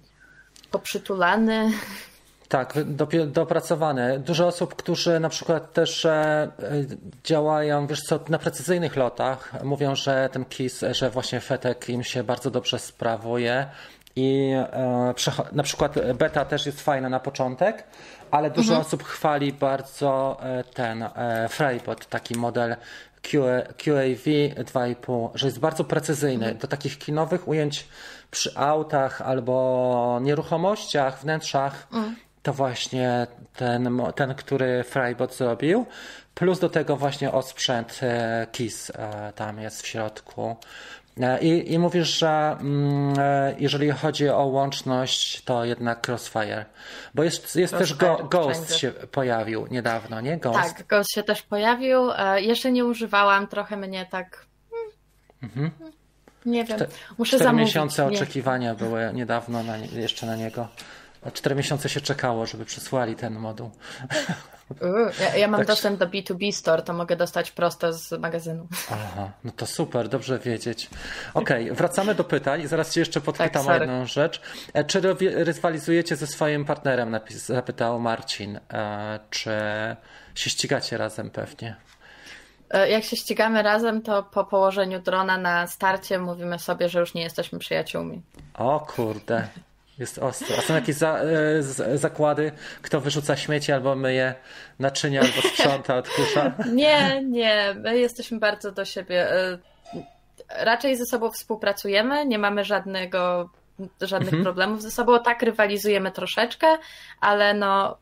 poprzytulany. Tak, dopracowane. Dużo osób, którzy na przykład też e, działają, wiesz co, na precyzyjnych lotach, mówią, że ten K I S, że właśnie Fetek im się bardzo dobrze sprawuje. I e, na przykład beta też jest fajna na początek, ale dużo mhm. osób chwali bardzo e, ten e, Frybot, taki model Q A V dwa i pół, że jest bardzo precyzyjny mhm. do takich kinowych ujęć przy autach albo nieruchomościach, wnętrzach. Mhm. To właśnie ten, ten, który Frybot zrobił. Plus do tego właśnie osprzęt e, K I S e, tam jest w środku. I, I mówisz, że mm, jeżeli chodzi o łączność, to jednak Crossfire. Bo jest, jest też go, Ghost się pojawił niedawno, nie? Ghost. Tak, Ghost się też pojawił. E, jeszcze nie używałam, trochę mnie tak... Mhm. Nie wiem, muszę Cztery zamówić. miesiące nie. oczekiwania były niedawno na, jeszcze na niego. Cztery miesiące się czekało, żeby przysłali ten moduł. Ja, ja mam tak... dostęp do B dwa B Store, to mogę dostać prosto z magazynu. Aha, no to super, dobrze wiedzieć. Okej, okay, wracamy do pytań. Zaraz cię jeszcze podpytam tak, o jedną rzecz. Czy rywalizujecie ze swoim partnerem, napis, zapytał Marcin. Czy się ścigacie razem pewnie? Jak się ścigamy razem, to po położeniu drona na starcie mówimy sobie, że już nie jesteśmy przyjaciółmi. O kurde. Jest ostro. A są jakieś za, z, zakłady, kto wyrzuca śmieci albo myje naczynia, albo sprząta, odkurza? Nie, nie. My jesteśmy bardzo do siebie. Raczej ze sobą współpracujemy, nie mamy żadnego, żadnych mhm. problemów ze sobą. Tak, rywalizujemy troszeczkę, ale no...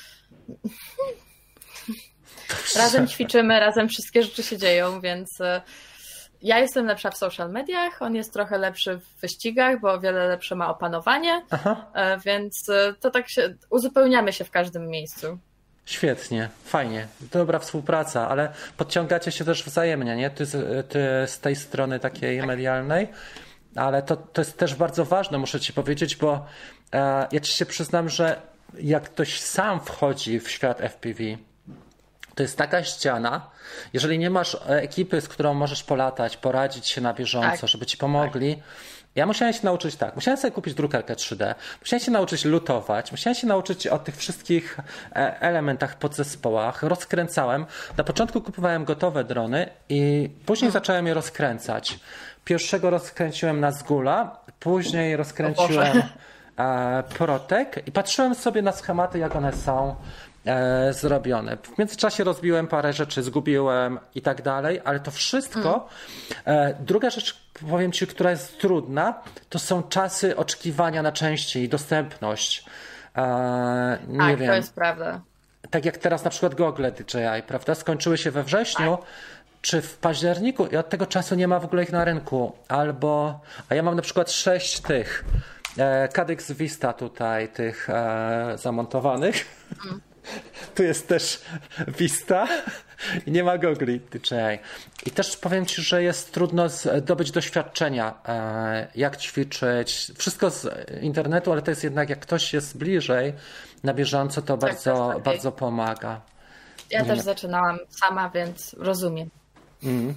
Razem ćwiczymy, razem wszystkie rzeczy się dzieją, więc... Ja jestem lepsza w social mediach, on jest trochę lepszy w wyścigach, bo o wiele lepsze ma opanowanie, Aha. więc to tak się uzupełniamy się w każdym miejscu. Świetnie, fajnie, dobra współpraca, ale podciągacie się też wzajemnie, nie? Ty, ty z tej strony takiej tak. medialnej, ale to, to jest też bardzo ważne, muszę ci powiedzieć, bo e, ja ci się przyznam, że jak ktoś sam wchodzi w świat F P V, to jest taka ściana, jeżeli nie masz ekipy, z którą możesz polatać, poradzić się na bieżąco, tak. żeby ci pomogli. Tak. Ja musiałem się nauczyć tak, musiałem sobie kupić drukarkę trzy D, musiałem się nauczyć lutować, musiałem się nauczyć o tych wszystkich elementach, podzespołach, rozkręcałem. Na początku kupowałem gotowe drony i później hmm. zacząłem je rozkręcać. Pierwszego rozkręciłem na Zgula, później rozkręciłem Protek i patrzyłem sobie na schematy, jak one są E, zrobione. W międzyczasie rozbiłem parę rzeczy, zgubiłem i tak dalej, ale to wszystko. Mm. E, druga rzecz, powiem ci, która jest trudna, to są czasy oczekiwania na części i dostępność. E, nie tak, wiem. To jest prawda. Tak jak teraz na przykład Google D J I, prawda? Skończyły się we wrześniu, tak. czy w październiku i od tego czasu nie ma w ogóle ich na rynku. Albo, a ja mam na przykład sześć tych e, Caddx Vista tutaj, tych e, zamontowanych. Mm. Tu jest też Vista i nie ma gogli D J I. I też powiem ci, że jest trudno zdobyć doświadczenia, jak ćwiczyć. Wszystko z internetu, ale to jest jednak, jak ktoś jest bliżej na bieżąco, to tak, bardzo, to bardzo pomaga. Ja nie też wiem. zaczynałam sama, więc rozumiem. Mm.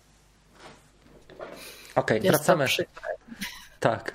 Okej, okay, wracamy. Tak.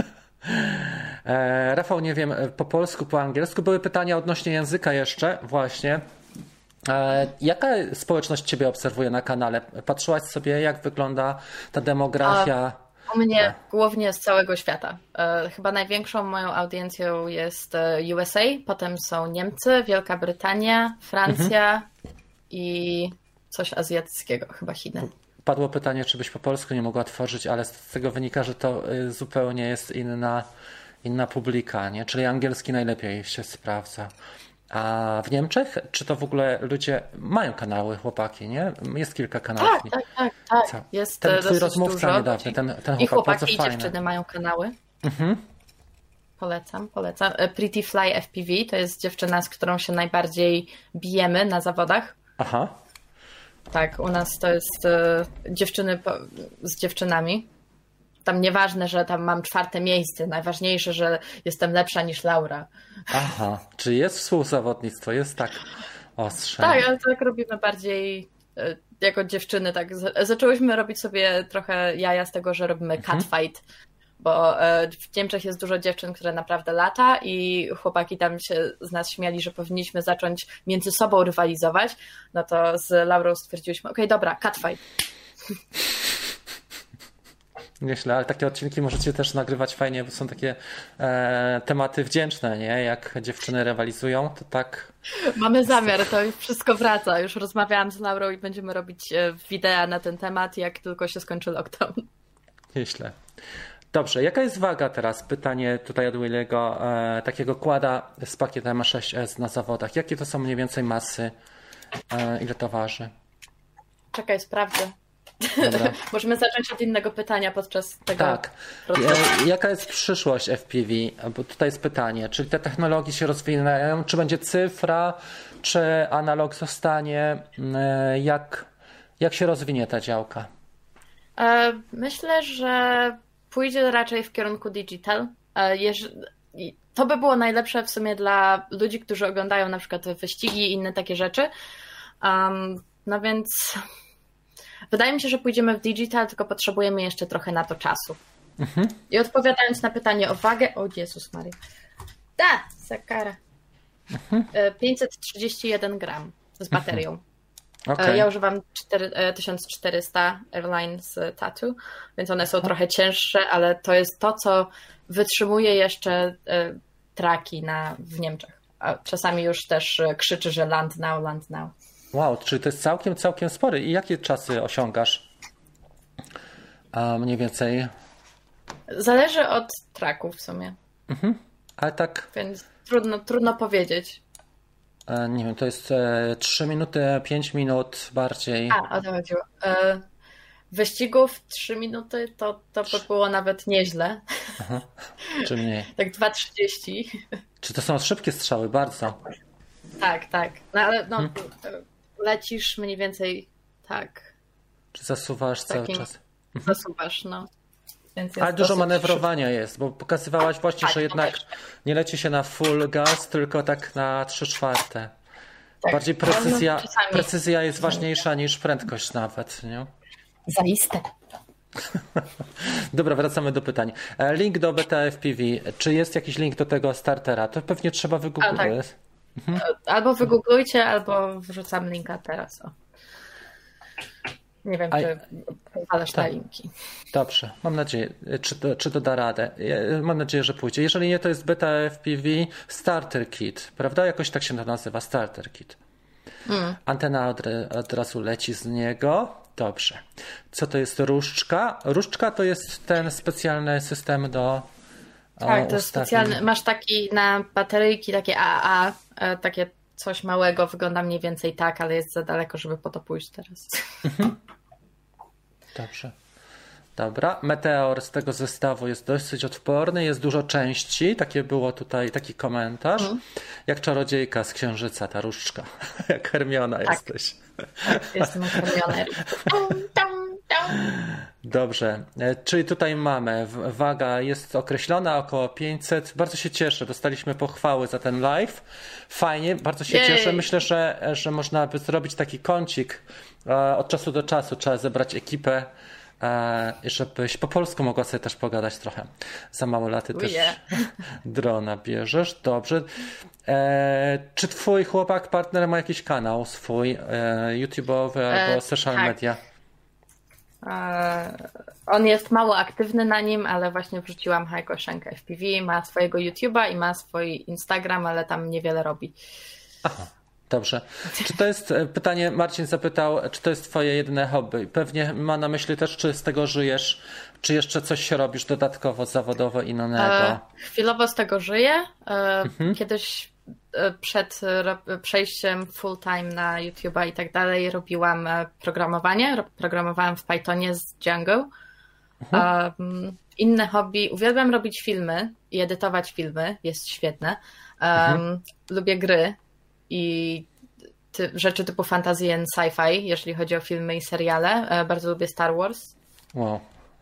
E, Rafał, nie wiem, po polsku, po angielsku były pytania odnośnie języka jeszcze, właśnie. E, jaka społeczność ciebie obserwuje na kanale? Patrzyłaś sobie, jak wygląda ta demografia? A, u mnie A. głównie z całego świata. E, chyba największą moją audiencją jest U S A, potem są Niemcy, Wielka Brytania, Francja mhm. i coś azjatyckiego, chyba Chiny. Padło pytanie, czy byś po polsku nie mogła tworzyć, ale z tego wynika, że to zupełnie jest inna, inna publika, nie? Czyli angielski najlepiej się sprawdza. A w Niemczech, czy to w ogóle ludzie mają kanały, chłopaki, nie? Jest kilka kanałów. Tak, tak, tak. tak. Co? Jest ten twój rozmówca dużo. niedawny, ten, ten chłopak, I chłopaki bardzo i fajny. dziewczyny mają kanały. Mhm. Polecam, polecam. Pretty Fly F P V to jest dziewczyna, z którą się najbardziej bijemy na zawodach. Aha. Tak, u nas to jest y, dziewczyny po, z dziewczynami. Tam nieważne, że tam mam czwarte miejsce. Najważniejsze, że jestem lepsza niż Laura. Aha, czy jest współzawodnictwo? Jest tak ostrze. Tak, ale tak robimy bardziej y, jako dziewczyny. Tak. Z, zaczęłyśmy robić sobie trochę jaja z tego, że robimy mhm. catfight. Bo w Niemczech jest dużo dziewczyn, które naprawdę lata i chłopaki tam się z nas śmiali, że powinniśmy zacząć między sobą rywalizować. No to z Laurą stwierdziłyśmy, okej, okay, dobra, catfight. Nieźle, ale takie odcinki możecie też nagrywać fajnie, bo są takie e, tematy wdzięczne, nie? Jak dziewczyny rywalizują, to tak... Mamy zamiar, to już wszystko wraca. Już rozmawiałam z Laurą i będziemy robić wideo na ten temat, jak tylko się skończy lockdown. Nieźle. Dobrze, jaka jest waga teraz? Pytanie tutaj od Williego, e, takiego quada z pakietem A sześć S na zawodach. Jakie to są mniej więcej masy? E, ile to waży? Czekaj, sprawdzę. Możemy zacząć od innego pytania podczas tego. Tak. E, jaka jest przyszłość F P V? Bo tutaj jest pytanie, czy te technologie się rozwijają, czy będzie cyfra, czy analog zostanie? E, jak, jak się rozwinie ta działka? Myślę, że pójdzie raczej w kierunku digital. to by było najlepsze w sumie dla ludzi, którzy oglądają na przykład wyścigi i inne takie rzeczy. Um, no więc wydaje mi się, że pójdziemy w digital, tylko potrzebujemy jeszcze trochę na to czasu. Mhm. I odpowiadając na pytanie o wagę, o Jezus Maria, da, sakara, mhm. pięćset trzydzieści jeden gram z baterią. Mhm. Okay. Ja używam tysiąc czterysta Airline z Tatu, więc one są trochę cięższe, ale to jest to, co wytrzymuje jeszcze traki na, w Niemczech. A czasami już też krzyczy, że land now, land now. Wow, czyli to jest całkiem, całkiem spory. I jakie czasy osiągasz? A mniej więcej? Zależy od traków w sumie. Mhm. Ale tak... Więc trudno, trudno powiedzieć. Nie wiem, to jest trzy minuty, pięć minut bardziej. A, o to chodziło. Wyścigów trzy minuty to, to by było nawet nieźle. Aha. Czy mniej? Tak dwa trzydzieści. Czy to są szybkie strzały? Bardzo. Tak, tak. No ale no, hmm. lecisz mniej więcej tak. Czy zasuwasz cały czas? Zasuwasz, no. Więc ale dużo manewrowania szybko. Jest, bo pokazywałaś właśnie, tak, że jednak nie leci się na full gas, tylko tak na trzy czwarte. Tak. Bardziej precyzja, precyzja jest ważniejsza niż prędkość nawet, nie? Zaiste. Dobra, wracamy do pytań. Link do B T F P V. Czy jest jakiś link do tego startera? To pewnie trzeba wygooglować. Tak. Mhm. Albo wygooglujcie, albo wrzucam linka teraz. O. Nie wiem, czy pozwalasz tak. na linki. Dobrze, mam nadzieję, czy to, czy to da radę. Mam nadzieję, że pójdzie. Jeżeli nie, to jest B T F P V Starter Kit, prawda? Jakoś tak się to nazywa, Starter Kit. Mm. Antena od, od razu leci z niego. Dobrze. Co to jest różdżka? Różdżka to jest ten specjalny system do Tak, to jest specjalny. Masz taki na bateryjki takie A A A, takie coś małego, wygląda mniej więcej tak, ale jest za daleko, żeby po to pójść teraz. Mhm. Dobrze. Dobra. Meteor z tego zestawu jest dosyć odporny, jest dużo części. Takie było tutaj, taki komentarz. Mhm. Jak czarodziejka z Księżyca, ta różdżka. Jak Hermiona tak. jesteś. Tak, jestem Hermiona. Dobrze, czyli tutaj mamy, waga jest określona, około pięćset. Bardzo się cieszę, dostaliśmy pochwały za ten live. Fajnie, bardzo się Jej. cieszę. Myślę, że, że można by zrobić taki kącik. Od czasu do czasu trzeba zebrać ekipę, żebyś po polsku mogła sobie też pogadać trochę. Za mało laty też yeah. drona bierzesz. Dobrze. E, czy twój chłopak, partner ma jakiś kanał swój e, YouTube'owy e, albo social tak. media? On jest mało aktywny na nim, ale właśnie wrzuciłam Heiko Schenk F P V, ma swojego YouTube'a i ma swój Instagram, ale tam niewiele robi. Aha, dobrze. Czy to jest, pytanie Marcin zapytał, czy to jest twoje jedyne hobby? Pewnie ma na myśli też, czy z tego żyjesz, czy jeszcze coś robisz dodatkowo, zawodowo innego? E, chwilowo z tego żyję. E, mhm. Kiedyś przed przejściem full time na YouTube'a i tak dalej robiłam programowanie. Programowałam w Pythonie z Django. Mhm. Um, inne hobby. Uwielbiam robić filmy i edytować filmy. Jest świetne. Um, mhm. Lubię gry i ty, rzeczy typu fantasy and sci-fi, jeżeli chodzi o filmy i seriale. Bardzo lubię Star Wars. Wow.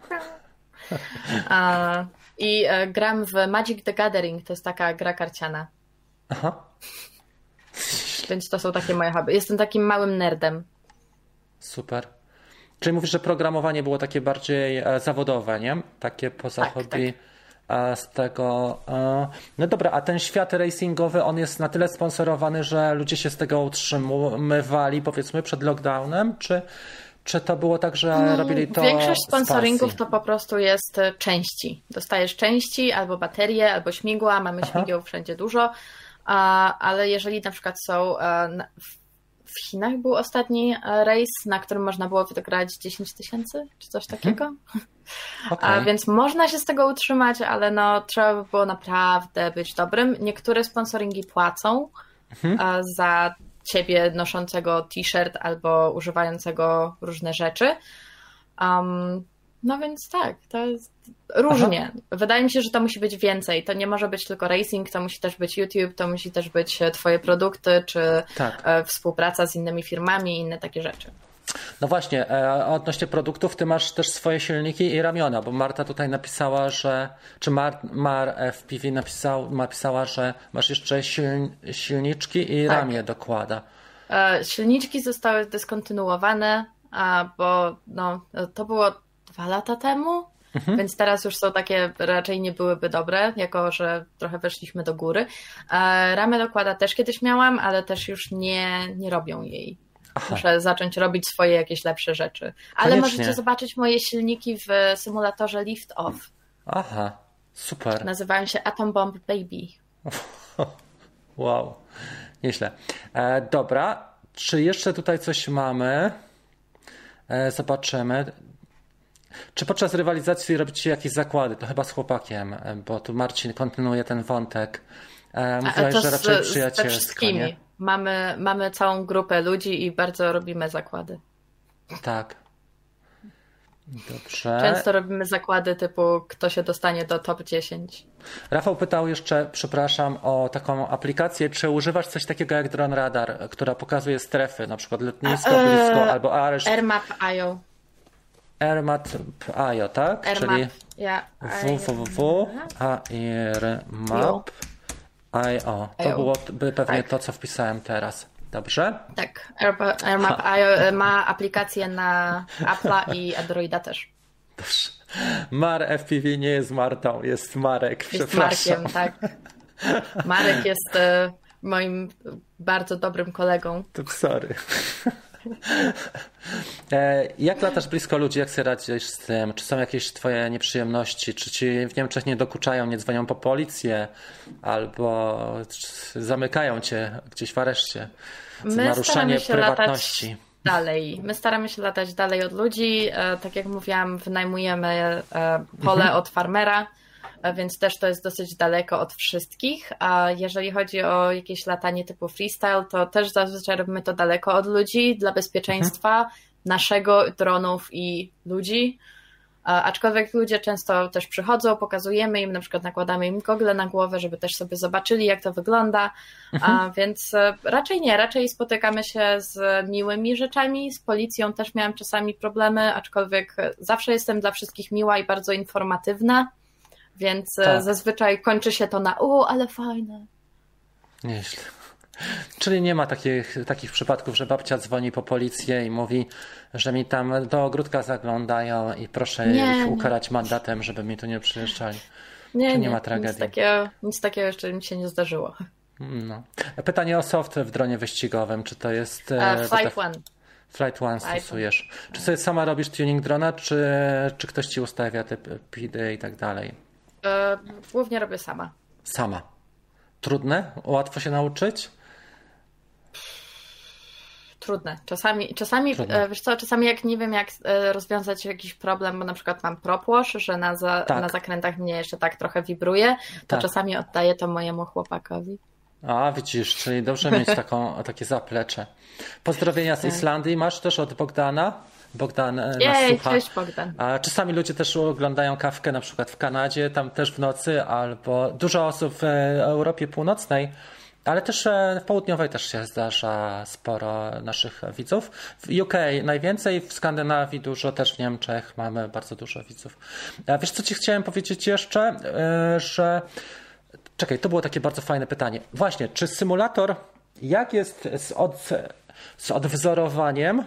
uh, I uh, gram w Magic the Gathering. To jest taka gra karciana. Aha. Więc to są takie moje hobby. Jestem takim małym nerdem. Super. Czyli mówisz, że programowanie było takie bardziej zawodowe, nie? Takie poza tak, hobby tak. z tego... No dobra, a ten świat racingowy, on jest na tyle sponsorowany, że ludzie się z tego utrzymywali, powiedzmy, przed lockdownem? Czy, czy to było tak, że robili to Większość sponsoringów to po prostu jest części. Dostajesz części, albo baterie, albo śmigła. Mamy Aha. śmigieł wszędzie dużo. Ale jeżeli na przykład są w Chinach był ostatni race, na którym można było wygrać dziesięć tysięcy czy coś takiego. Mhm. Okay. Więc można się z tego utrzymać, ale no trzeba by było naprawdę być dobrym. Niektóre sponsoringi płacą mhm. za ciebie noszącego t-shirt albo używającego różne rzeczy. Um, no więc tak, to jest różnie. Aha. Wydaje mi się, że to musi być więcej. To nie może być tylko racing, to musi też być YouTube, to musi też być twoje produkty, czy tak. współpraca z innymi firmami i inne takie rzeczy. No właśnie, e, odnośnie produktów, ty masz też swoje silniki i ramiona, bo Marta tutaj napisała, że, czy Mar, Mar F P V napisał, napisała, że masz jeszcze siln, silniczki i Tak. ramię dokłada. E, silniczki zostały zdyskontynuowane, a, bo no, to było dwa lata temu, mhm. więc teraz już są takie, raczej nie byłyby dobre, jako że trochę weszliśmy do góry. E, ramię dokłada też kiedyś miałam, ale też już nie, nie robią jej. Aha. Muszę zacząć robić swoje jakieś lepsze rzeczy. Ale Koniecznie. możecie zobaczyć moje silniki w symulatorze Lift Off. Aha, super. Nazywają się Atom Bomb Baby. Wow, nieźle. E, dobra, czy jeszcze tutaj coś mamy? E, zobaczymy. Czy podczas rywalizacji robicie jakieś zakłady? To chyba z chłopakiem, bo tu Marcin kontynuuje ten wątek. E, mówiłaś, to że raczej z, przyjacielsko, ze wszystkimi. nie? Mamy, mamy całą grupę ludzi i bardzo robimy zakłady. Tak. Dobrze. Często robimy zakłady typu kto się dostanie do top dziesięć. Rafał pytał jeszcze, przepraszam, o taką aplikację. Czy używasz coś takiego jak Drone Radar, która pokazuje strefy, na przykład lotnisko, blisko, e, albo areszt? AirMap kropka i o. AirMap kropka i o, tak? AirMap, czyli ja. www kropka airmap kropka i o. To było by pewnie tak. To, co wpisałem teraz. Dobrze? Tak. AirMap kropka i o ma aplikację na Apple'a i Androida też. Dobrze. Mar F P V nie jest Martą, jest Marek. Jest Markiem, tak. Marek jest e, moim bardzo dobrym kolegą. To sorry. Jak latasz blisko ludzi? Jak sobie radzisz z tym? Czy są jakieś twoje nieprzyjemności? Czy ci w Niemczech nie dokuczają, nie dzwonią po policję? Albo zamykają cię gdzieś w areszcie? Za My naruszanie się prywatności. Latać dalej. My staramy się latać dalej od ludzi. Tak jak mówiłam, wynajmujemy pole mhm. od farmera, więc też to jest dosyć daleko od wszystkich, a jeżeli chodzi o jakieś latanie typu freestyle, to też zazwyczaj robimy to daleko od ludzi dla bezpieczeństwa mhm. naszego, dronów i ludzi, aczkolwiek ludzie często też przychodzą, pokazujemy im, na przykład nakładamy im gogle na głowę, żeby też sobie zobaczyli, jak to wygląda, mhm. a więc raczej nie, raczej spotykamy się z miłymi rzeczami, z policją też miałam czasami problemy, aczkolwiek zawsze jestem dla wszystkich miła i bardzo informatywna, więc tak. zazwyczaj kończy się to na o, ale fajne. Nieźle. Czyli nie ma takich, takich przypadków, że babcia dzwoni po policję i mówi, że mi tam do ogródka zaglądają i proszę nie, ich ukarać nie. mandatem, żeby mi tu nie przyjeżdżali. Nie, nie, nie ma tragedii. Nic takiego, nic takiego jeszcze mi się nie zdarzyło. No. Pytanie o soft w dronie wyścigowym. Czy to jest... Uh, Flight One. Flight One stosujesz. Czy sobie sama robisz tuning drona, czy, czy ktoś ci ustawia te P D i tak dalej? Uh, głównie robię sama. Sama. Trudne? Łatwo się nauczyć? Trudne. Czasami, czasami Trudne. Wiesz co, czasami jak nie wiem jak rozwiązać jakiś problem, bo na przykład mam propłosz, że na, za, tak. na zakrętach mnie jeszcze tak trochę wibruje, to tak. czasami oddaję to mojemu chłopakowi. A, widzisz, czyli dobrze mieć taką, takie zaplecze. Pozdrowienia z Islandii masz też od Bogdana? Bogdan nas Jej, słucha. Cześć Bogdan. A czasami ludzie też oglądają kawkę na przykład w Kanadzie, tam też w nocy, albo dużo osób w Europie Północnej, ale też w Południowej też się zdarza sporo naszych widzów. W U K najwięcej, w Skandynawii dużo, też w Niemczech mamy bardzo dużo widzów. A wiesz, co ci chciałem powiedzieć jeszcze? Że... Czekaj, to było takie bardzo fajne pytanie. Właśnie, czy symulator, jak jest z, od, z odwzorowaniem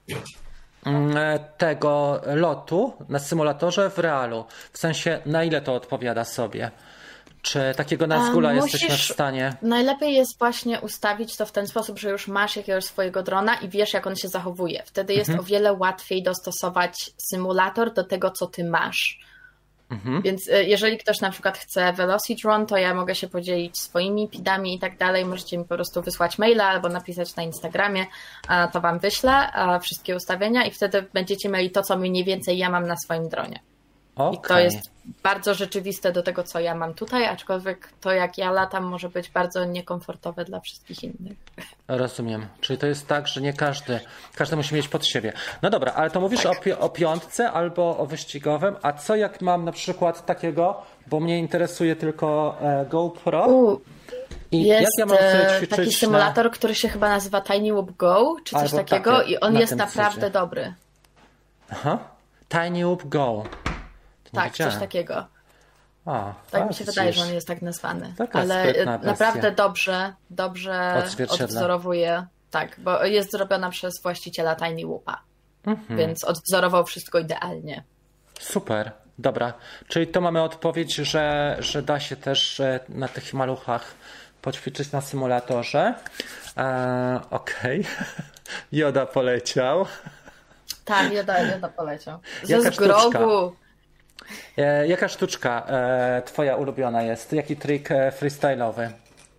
tego lotu na symulatorze w realu? W sensie, na ile to odpowiada sobie? Czy takiego Nazgula jesteśmy w stanie? Najlepiej jest właśnie ustawić to w ten sposób, że już masz jakiegoś swojego drona i wiesz, jak on się zachowuje. Wtedy jest mhm. o wiele łatwiej dostosować symulator do tego, co ty masz. Mhm. Więc jeżeli ktoś na przykład chce Velocitron, to ja mogę się podzielić swoimi pidami i tak dalej. Możecie mi po prostu wysłać maila albo napisać na Instagramie, to wam wyślę wszystkie ustawienia i wtedy będziecie mieli to, co mniej więcej ja mam na swoim dronie. Okay. I to jest bardzo rzeczywiste do tego, co ja mam tutaj, aczkolwiek to, jak ja latam, może być bardzo niekomfortowe dla wszystkich innych. Rozumiem. Czyli to jest tak, że nie każdy, każdy musi mieć pod siebie. No dobra, ale to mówisz tak. o, pi- o piątce albo o wyścigowym, a co jak mam na przykład takiego, bo mnie interesuje tylko e, GoPro U. i I jest jak ja mam sobie e, ćwiczyć taki symulator, na... który się chyba nazywa Tiny Whoop Go, czy coś Albo takiego takie, i on na jest tym naprawdę zasadzie. dobry. Aha. Tiny Whoop Go. Tak, wiedziałem. Coś takiego. A, tak a, mi się wydaje, że on jest tak nazwany. Taka ale naprawdę dobrze, dobrze odwzorowuje. Tak, bo jest zrobiona przez właściciela Tiny Whoopa. Mhm. Więc odwzorował wszystko idealnie. Super, dobra. Czyli to mamy odpowiedź, że, że da się też na tych maluchach poćwiczyć na symulatorze. Eee, Okej. Okay. Joda poleciał. Tak, Joda, Joda poleciał. Ze Jaka zgrogu. E, jaka sztuczka e, twoja ulubiona jest? Jaki trik e, freestyle'owy?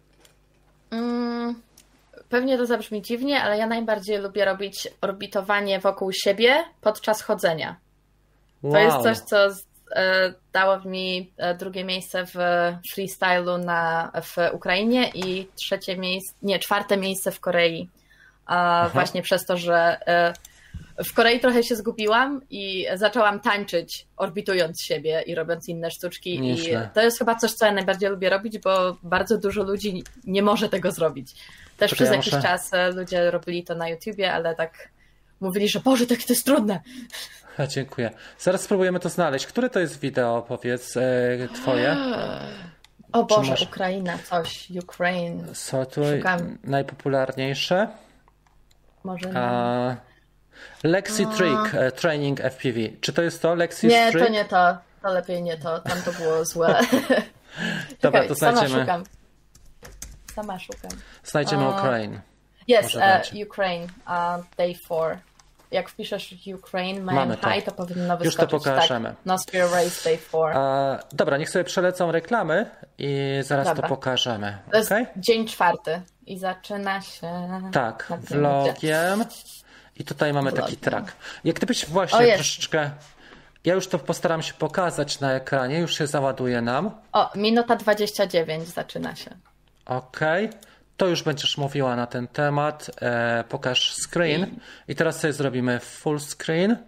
Mm, pewnie to zabrzmi dziwnie, ale ja najbardziej lubię robić orbitowanie wokół siebie podczas chodzenia. Wow. To jest coś, co e, dało mi drugie miejsce w freestylu na, w Ukrainie i trzecie miejsce, nie, czwarte miejsce w Korei. E, właśnie przez to, że e, w Korei trochę się zgubiłam i zaczęłam tańczyć, orbitując siebie i robiąc inne sztuczki. Nieźle. I to jest chyba coś, co ja najbardziej lubię robić, bo bardzo dużo ludzi nie może tego zrobić. Też Czekaj, przez jakiś muszę... czas ludzie robili to na YouTubie, ale tak mówili, że Boże, tak to jest trudne. A, dziękuję. Zaraz spróbujemy to znaleźć. Które to jest wideo, powiedz, e, twoje? O Boże, masz... Ukraina, coś, Ukraine. Co tu najpopularniejsze? Może nie. A... Lexi A... Trick uh, Training F P V. Czy to jest to? Lexi Nie, Trick? to nie to. To lepiej nie to. Tam to było złe. Dobra, to znajdziemy. Sama szukam. Sama szukam. Znajdziemy uh, Ukraine. Jest, uh, Ukraine, uh, day four. Jak wpiszesz Ukraine, Mayhem High, to powinno wyskoczyć. Już to pokażemy. Tak, Nosphere Race day four. Uh, dobra, niech sobie przelecą reklamy i zaraz dobra. to pokażemy. To jest okay? dzień czwarty i zaczyna się... Tak, vlogiem. I tutaj mamy vlogiem. taki track. Jak gdybyś właśnie o, troszeczkę... Ja już to postaram się pokazać na ekranie, już się załaduje nam. O, minuta dwadzieścia dziewięć zaczyna się. Okej. Okay. To już będziesz mówiła na ten temat. E, pokaż screen. I teraz sobie zrobimy full screen.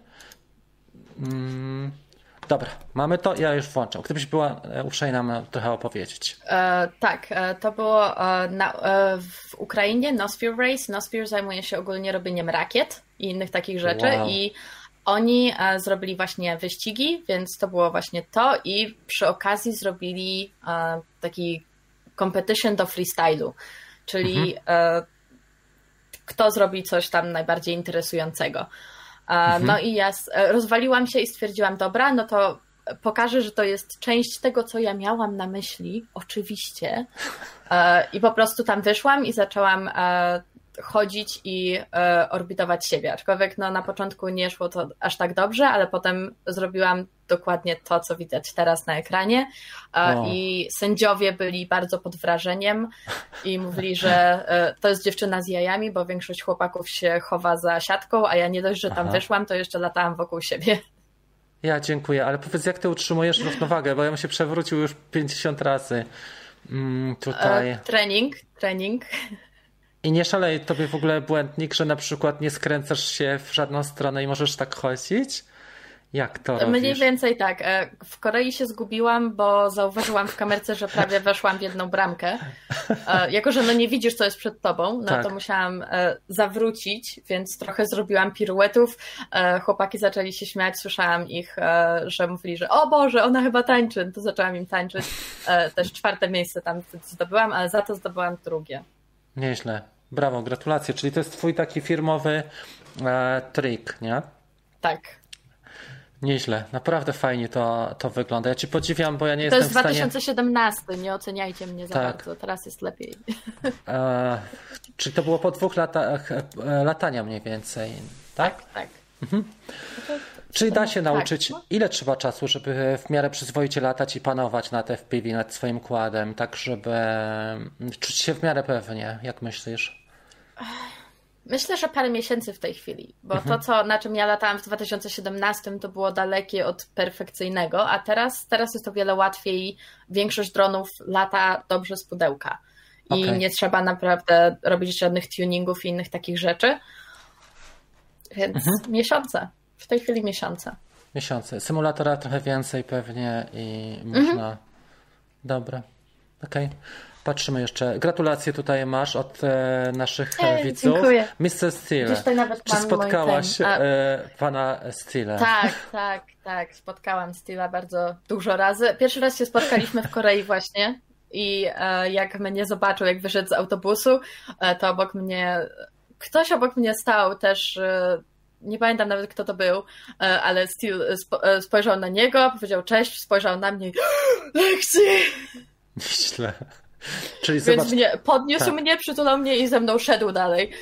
Mm, dobra, mamy to. Ja już włączam. Gdybyś była uprzejma nam trochę opowiedzieć. E, tak, e, to było e, na, e, w Ukrainie Nosphere Race. Nosphere zajmuje się ogólnie robieniem rakiet i innych takich rzeczy. Wow. I oni e, zrobili właśnie wyścigi, więc to było właśnie to. I przy okazji zrobili e, taki competition do freestylu. Czyli mhm. kto zrobi coś tam najbardziej interesującego. Mhm. No i ja rozwaliłam się i stwierdziłam, dobra, no to pokażę, że to jest część tego, co ja miałam na myśli, oczywiście. I po prostu tam wyszłam i zaczęłam chodzić i orbitować siebie. Aczkolwiek no, na początku nie szło to aż tak dobrze, ale potem zrobiłam dokładnie to, co widać teraz na ekranie. Wow. I sędziowie byli bardzo pod wrażeniem i mówili, że to jest dziewczyna z jajami, bo większość chłopaków się chowa za siatką, a ja nie dość, że tam Aha. wyszłam, to jeszcze latałam wokół siebie. Ja dziękuję, ale powiedz, jak ty utrzymujesz równowagę, bo ja bym się przewrócił już pięćdziesiąt razy mm, tutaj. Trening, trening. I nie szaleje tobie w ogóle błędnik, że na przykład nie skręcasz się w żadną stronę i możesz tak chodzić? Jak to robisz? Mniej więcej tak. W Korei się zgubiłam, bo zauważyłam w kamerce, że prawie weszłam w jedną bramkę. Jako że no nie widzisz, co jest przed tobą, no tak. to musiałam zawrócić, więc trochę zrobiłam piruetów. Chłopaki zaczęli się śmiać, słyszałam ich, że mówili, że o Boże, ona chyba tańczy. To zaczęłam im tańczyć. Też czwarte miejsce tam zdobyłam, ale za to zdobyłam drugie. Nieźle. Brawo, gratulacje. Czyli to jest twój taki firmowy e, trik, nie? Tak. Nieźle. Naprawdę fajnie to, to wygląda. Ja ci podziwiam, bo ja nie to jestem w stanie... To jest dwa tysiące siedemnasty. Nie oceniajcie mnie za tak. bardzo. Teraz jest lepiej. E, czyli to było po dwóch latach e, latania mniej więcej, tak? Tak, tak. Mhm. Czyli da się nauczyć, tak, no? Ile trzeba czasu, żeby w miarę przyzwoicie latać i panować nad F P V, nad swoim kładem, tak żeby czuć się w miarę pewnie, jak myślisz? Myślę, że parę miesięcy w tej chwili, bo mhm. to, co, na czym ja latałam w dwa tysiące siedemnastym, to było dalekie od perfekcyjnego, a teraz, teraz jest to wiele łatwiej. Większość dronów lata dobrze z pudełka i okay. nie trzeba naprawdę robić żadnych tuningów i innych takich rzeczy, więc mhm. miesiące. W tej chwili miesiące. Miesiące. Symulatora trochę więcej pewnie i można... Mhm. Dobra. Okej. Patrzymy jeszcze. Gratulacje tutaj masz od e, naszych Ej, widzów. Dziękuję. mister Steele, Tutaj nawet czy mam spotkałaś moim ten, e, pana Steele? Tak, tak, tak. Spotkałam Steela bardzo dużo razy. Pierwszy raz się spotkaliśmy w Korei właśnie i e, jak mnie zobaczył, jak wyszedł z autobusu, e, to obok mnie, ktoś obok mnie stał też, e, nie pamiętam nawet kto to był, e, ale Steel spo, e, spojrzał na niego, powiedział cześć, spojrzał na mnie i Lexi! Źle. Czyli Więc zobacz... mnie podniósł tak. mnie, przytulał mnie i ze mną szedł dalej.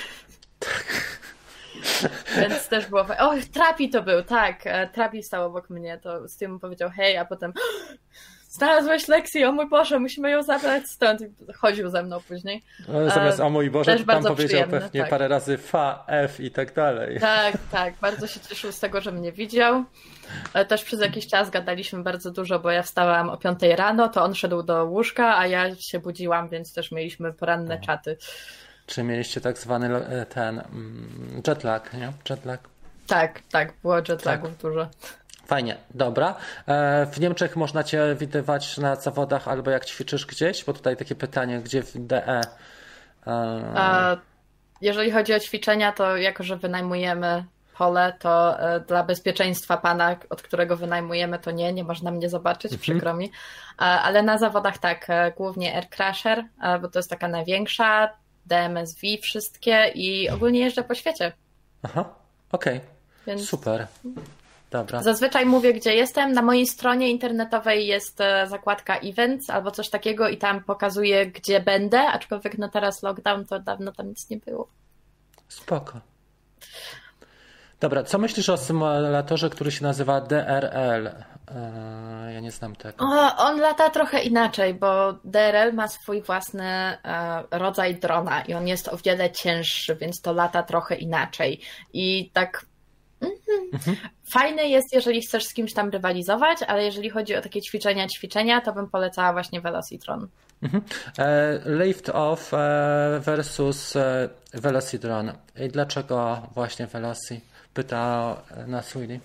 Więc też było... O, Trapi to był, tak. Trapi stał obok mnie, to z tym powiedział hej, a potem znalazłeś Lexi, o mój Boże, musimy ją zabrać stąd. I chodził ze mną później. Zamiast o mój Boże, też to tam bardzo powiedział przyjemne, pewnie tak. parę razy fa, f i tak dalej. Tak, tak. Bardzo się cieszył z tego, że mnie widział. Też przez jakiś czas gadaliśmy bardzo dużo, bo ja wstałam o piątej rano, to on szedł do łóżka, a ja się budziłam, więc też mieliśmy poranne o. czaty. Czy mieliście tak zwany ten jetlag, nie? Jetlag? Tak, tak. Było jetlagów tak. dużo. Fajnie, dobra. W Niemczech można cię widywać na zawodach albo jak ćwiczysz gdzieś? Bo tutaj takie pytanie, gdzie w D E? A jeżeli chodzi o ćwiczenia, to jako, że wynajmujemy pole, to dla bezpieczeństwa pana, od którego wynajmujemy, to nie, nie można mnie zobaczyć, mhm. przykro mi. Ale na zawodach tak, głównie Air Crusher, bo to jest taka największa, D M S V wszystkie i ogólnie jeżdżę po świecie. Aha, okej, okay. Więc... super. Dobra. Zazwyczaj mówię, gdzie jestem. Na mojej stronie internetowej jest zakładka Events albo coś takiego i tam pokazuję, gdzie będę, aczkolwiek no teraz lockdown, to dawno tam nic nie było. Spoko. Dobra, co myślisz o symulatorze, który się nazywa D R L? Eee, ja nie znam tego. O, on lata trochę inaczej, bo D R L ma swój własny e, rodzaj drona i on jest o wiele cięższy, więc to lata trochę inaczej. I tak Mhm. fajne jest, jeżeli chcesz z kimś tam rywalizować, ale jeżeli chodzi o takie ćwiczenia, ćwiczenia, to bym polecała właśnie Velocitron. Mhm. E, lift off e, versus e, Velocitron. I dlaczego właśnie Veloci? Pyta nas Willy.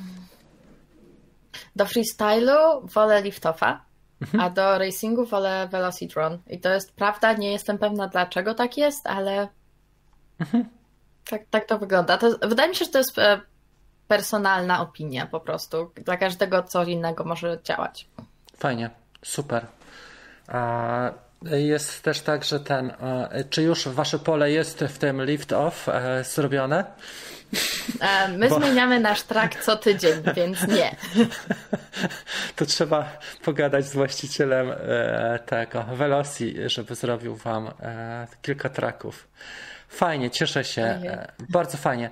Do freestylu wolę liftoffa, mhm. a do racingu wolę Velocitron. I to jest prawda, nie jestem pewna dlaczego tak jest, ale mhm. tak, tak to wygląda. To, wydaje mi się, że to jest personalna opinia po prostu. Dla każdego co innego może działać. Fajnie, super. A jest też tak, że ten, czy już wasze pole jest w tym lift off e, zrobione? My Bo... zmieniamy nasz track co tydzień, więc nie. To trzeba pogadać z właścicielem e, tego Veloci, żeby zrobił wam e, kilka tracków. Fajnie, cieszę się. E, bardzo fajnie.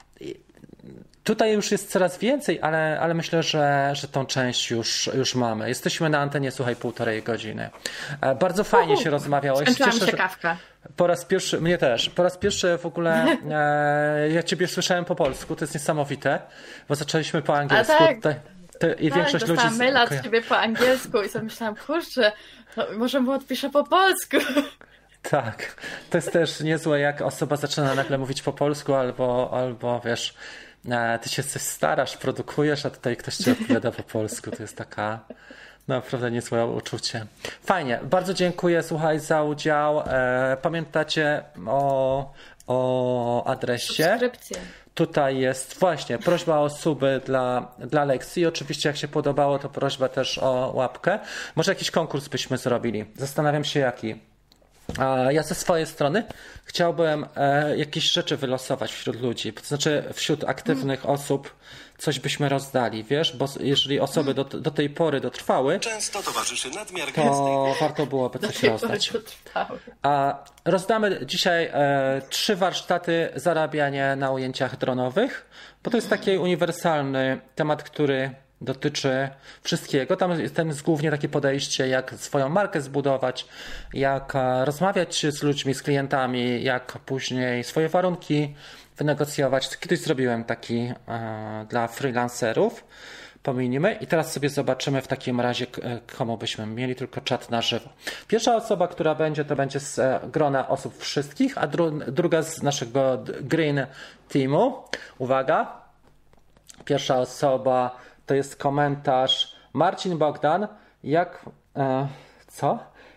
Tutaj już jest coraz więcej, ale, ale myślę, że, że tą część już, już mamy. Jesteśmy na antenie, słuchaj, półtorej godziny. E, bardzo fajnie Uhu, się rozmawiałeś. Skończyłam się kawka. Po raz pierwszy, mnie też, po raz pierwszy w ogóle e, ja ciebie słyszałem po polsku, to jest niesamowite, bo zaczęliśmy po angielsku. A tak. Te, te, I tak, większość dostałam ludzi... maila od ciebie po angielsku i sobie myślałam, kurczę, no, może mu odpiszę po polsku. Tak, to jest też niezłe, jak osoba zaczyna nagle mówić po polsku albo, albo wiesz, ty się coś starasz, produkujesz, a tutaj ktoś ci odpowiada po polsku. To jest taka naprawdę niezłe uczucie. Fajnie, bardzo dziękuję, słuchaj, za udział. Pamiętacie o, o adresie? Subskrypcje. Tutaj jest właśnie prośba o suby dla, dla Lexi. Oczywiście jak się podobało, to prośba też o łapkę. Może jakiś konkurs byśmy zrobili. Zastanawiam się jaki. Ja ze swojej strony chciałbym e, jakieś rzeczy wylosować wśród ludzi, to znaczy wśród aktywnych mm. osób coś byśmy rozdali, wiesz, bo jeżeli osoby do, do tej pory dotrwały, często towarzyszy nadmiar to warto byłoby coś rozdać. A rozdamy dzisiaj e, trzy warsztaty zarabiania na ujęciach dronowych, bo to jest taki uniwersalny temat, który dotyczy wszystkiego. Tam, tam jest głównie takie podejście, jak swoją markę zbudować, jak rozmawiać z ludźmi, z klientami, jak później swoje warunki wynegocjować. Kiedyś zrobiłem taki e, dla freelancerów. Pominimy i teraz sobie zobaczymy w takim razie, komu byśmy mieli tylko czat na żywo. Pierwsza osoba, która będzie, to będzie z grona osób wszystkich, a dru- druga z naszego Green Teamu. Uwaga. Pierwsza osoba to jest komentarz Marcin Bogdan. Jak, e, co?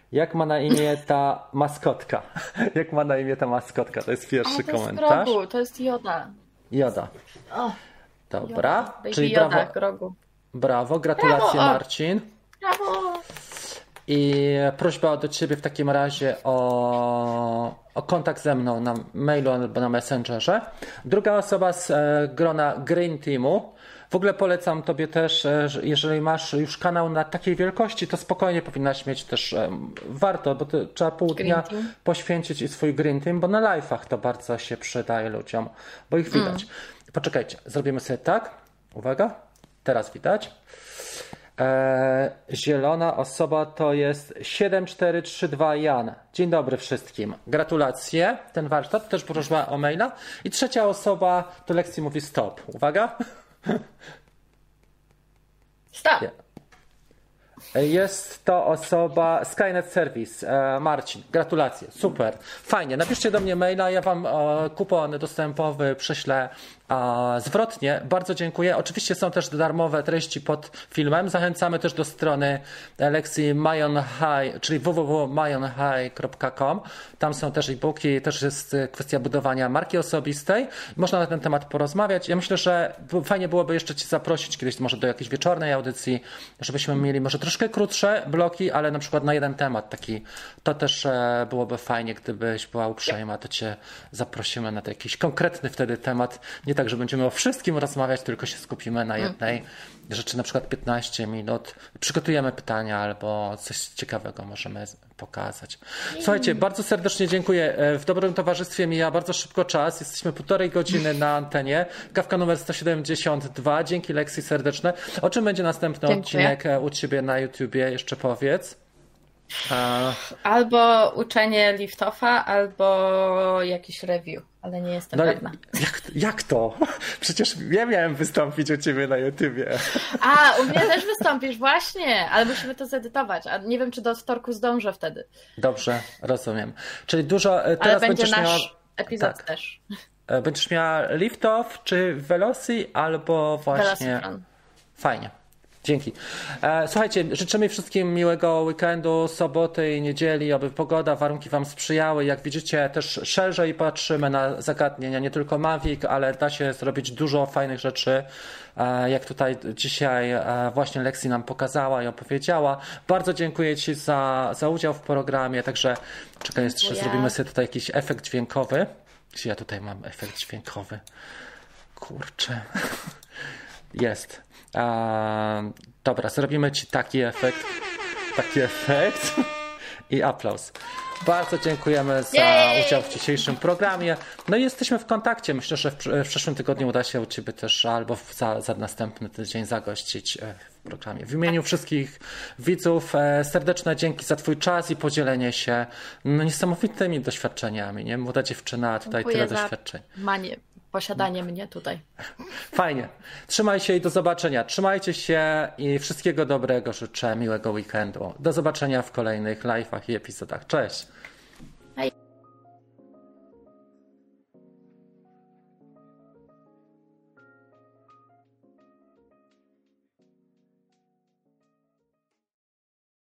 Jak ma na imię ta maskotka? Jak ma na imię ta maskotka? To jest pierwszy A, to komentarz. Jest Grogu, to jest Joda. Joda. O, Dobra. Joda, Czyli Yoda, brawo. Grogu. Brawo, gratulacje Brawo, Marcin. Brawo! I prośba do ciebie w takim razie o, o kontakt ze mną na mailu albo na Messengerze. Druga osoba z e, grona Green Teamu. W ogóle polecam tobie też, e, że jeżeli masz już kanał na takiej wielkości, to spokojnie powinnaś mieć też, e, warto, bo to trzeba pół dnia poświęcić i swój Green Team, bo na live'ach to bardzo się przydaje ludziom, bo ich widać. Mm. Poczekajcie, zrobimy sobie tak. Uwaga, teraz widać. Eee, zielona osoba to jest siedem cztery trzy dwa Jan. Dzień dobry wszystkim. Gratulacje. Ten warsztat też prośba o maila. I trzecia osoba to Lexi mówi stop. Uwaga. Stop. Jest to osoba Skynet Service. E, Marcin, gratulacje. Super. Fajnie. Napiszcie do mnie maila. Ja wam e, kupon dostępowy prześlę e, zwrotnie. Bardzo dziękuję. Oczywiście są też darmowe treści pod filmem. Zachęcamy też do strony Lexi Mayon High, czyli w w w kropka mayon high kropka com. Tam są też e-booki. Też jest kwestia budowania marki osobistej. Można na ten temat porozmawiać. Ja myślę, że fajnie byłoby jeszcze cię zaprosić kiedyś może do jakiejś wieczornej audycji, żebyśmy mieli może troszkę krótsze bloki, ale na przykład na jeden temat taki. To też byłoby fajnie, gdybyś była uprzejma, to cię zaprosimy na jakiś konkretny wtedy temat. Nie tak, że będziemy o wszystkim rozmawiać, tylko się skupimy na jednej rzeczy, na przykład piętnaście minut. Przygotujemy pytania albo coś ciekawego możemy pokazać. Słuchajcie, bardzo serdecznie dziękuję. W dobrym towarzystwie mija bardzo szybko czas. Jesteśmy półtorej godziny na antenie. Kawka numer sto siedemdziesiąt dwa. Dzięki Lexi serdeczne. O czym będzie następny dziękuję. odcinek u ciebie na YouTubie? Jeszcze powiedz. A... Albo uczenie liftoffa, albo jakiś review, ale nie jestem no, pewna. Jak, jak to? Przecież ja miałem wystąpić u ciebie na YouTubie. A, u mnie też wystąpisz, właśnie, ale musimy to zedytować, a nie wiem, czy do wtorku zdążę wtedy. Dobrze, rozumiem. Czyli dużo teraz ale będzie będziesz nasz miała... epizod tak. też. Będziesz miała lift-off czy Veloci, albo właśnie... Velocifron. Fajnie. Dzięki. Słuchajcie, życzymy wszystkim miłego weekendu, soboty i niedzieli, aby pogoda, warunki wam sprzyjały. Jak widzicie, też szerzej patrzymy na zagadnienia, nie tylko Mavic, ale da się zrobić dużo fajnych rzeczy, jak tutaj dzisiaj właśnie Lexi nam pokazała i opowiedziała. Bardzo dziękuję ci za, za udział w programie, także czekaj, jeszcze zrobimy sobie tutaj jakiś efekt dźwiękowy. Gdzie ja tutaj mam efekt dźwiękowy? Kurczę. Jest. Eee, dobra, zrobimy ci taki efekt. Taki efekt. I aplauz. Bardzo dziękujemy za Yay! udział w dzisiejszym programie. No i jesteśmy w kontakcie. Myślę, że w, w przyszłym tygodniu uda się u ciebie też albo za, za następny tydzień zagościć w programie. W imieniu wszystkich widzów serdeczne dzięki za twój czas i podzielenie się no, niesamowitymi doświadczeniami. Nie? Młoda dziewczyna, tutaj Dziękuję tyle doświadczeń. Manie. Posiadanie mnie tutaj. Fajnie. Trzymaj się i do zobaczenia. Trzymajcie się i wszystkiego dobrego życzę, miłego weekendu. Do zobaczenia w kolejnych live'ach i epizodach. Cześć.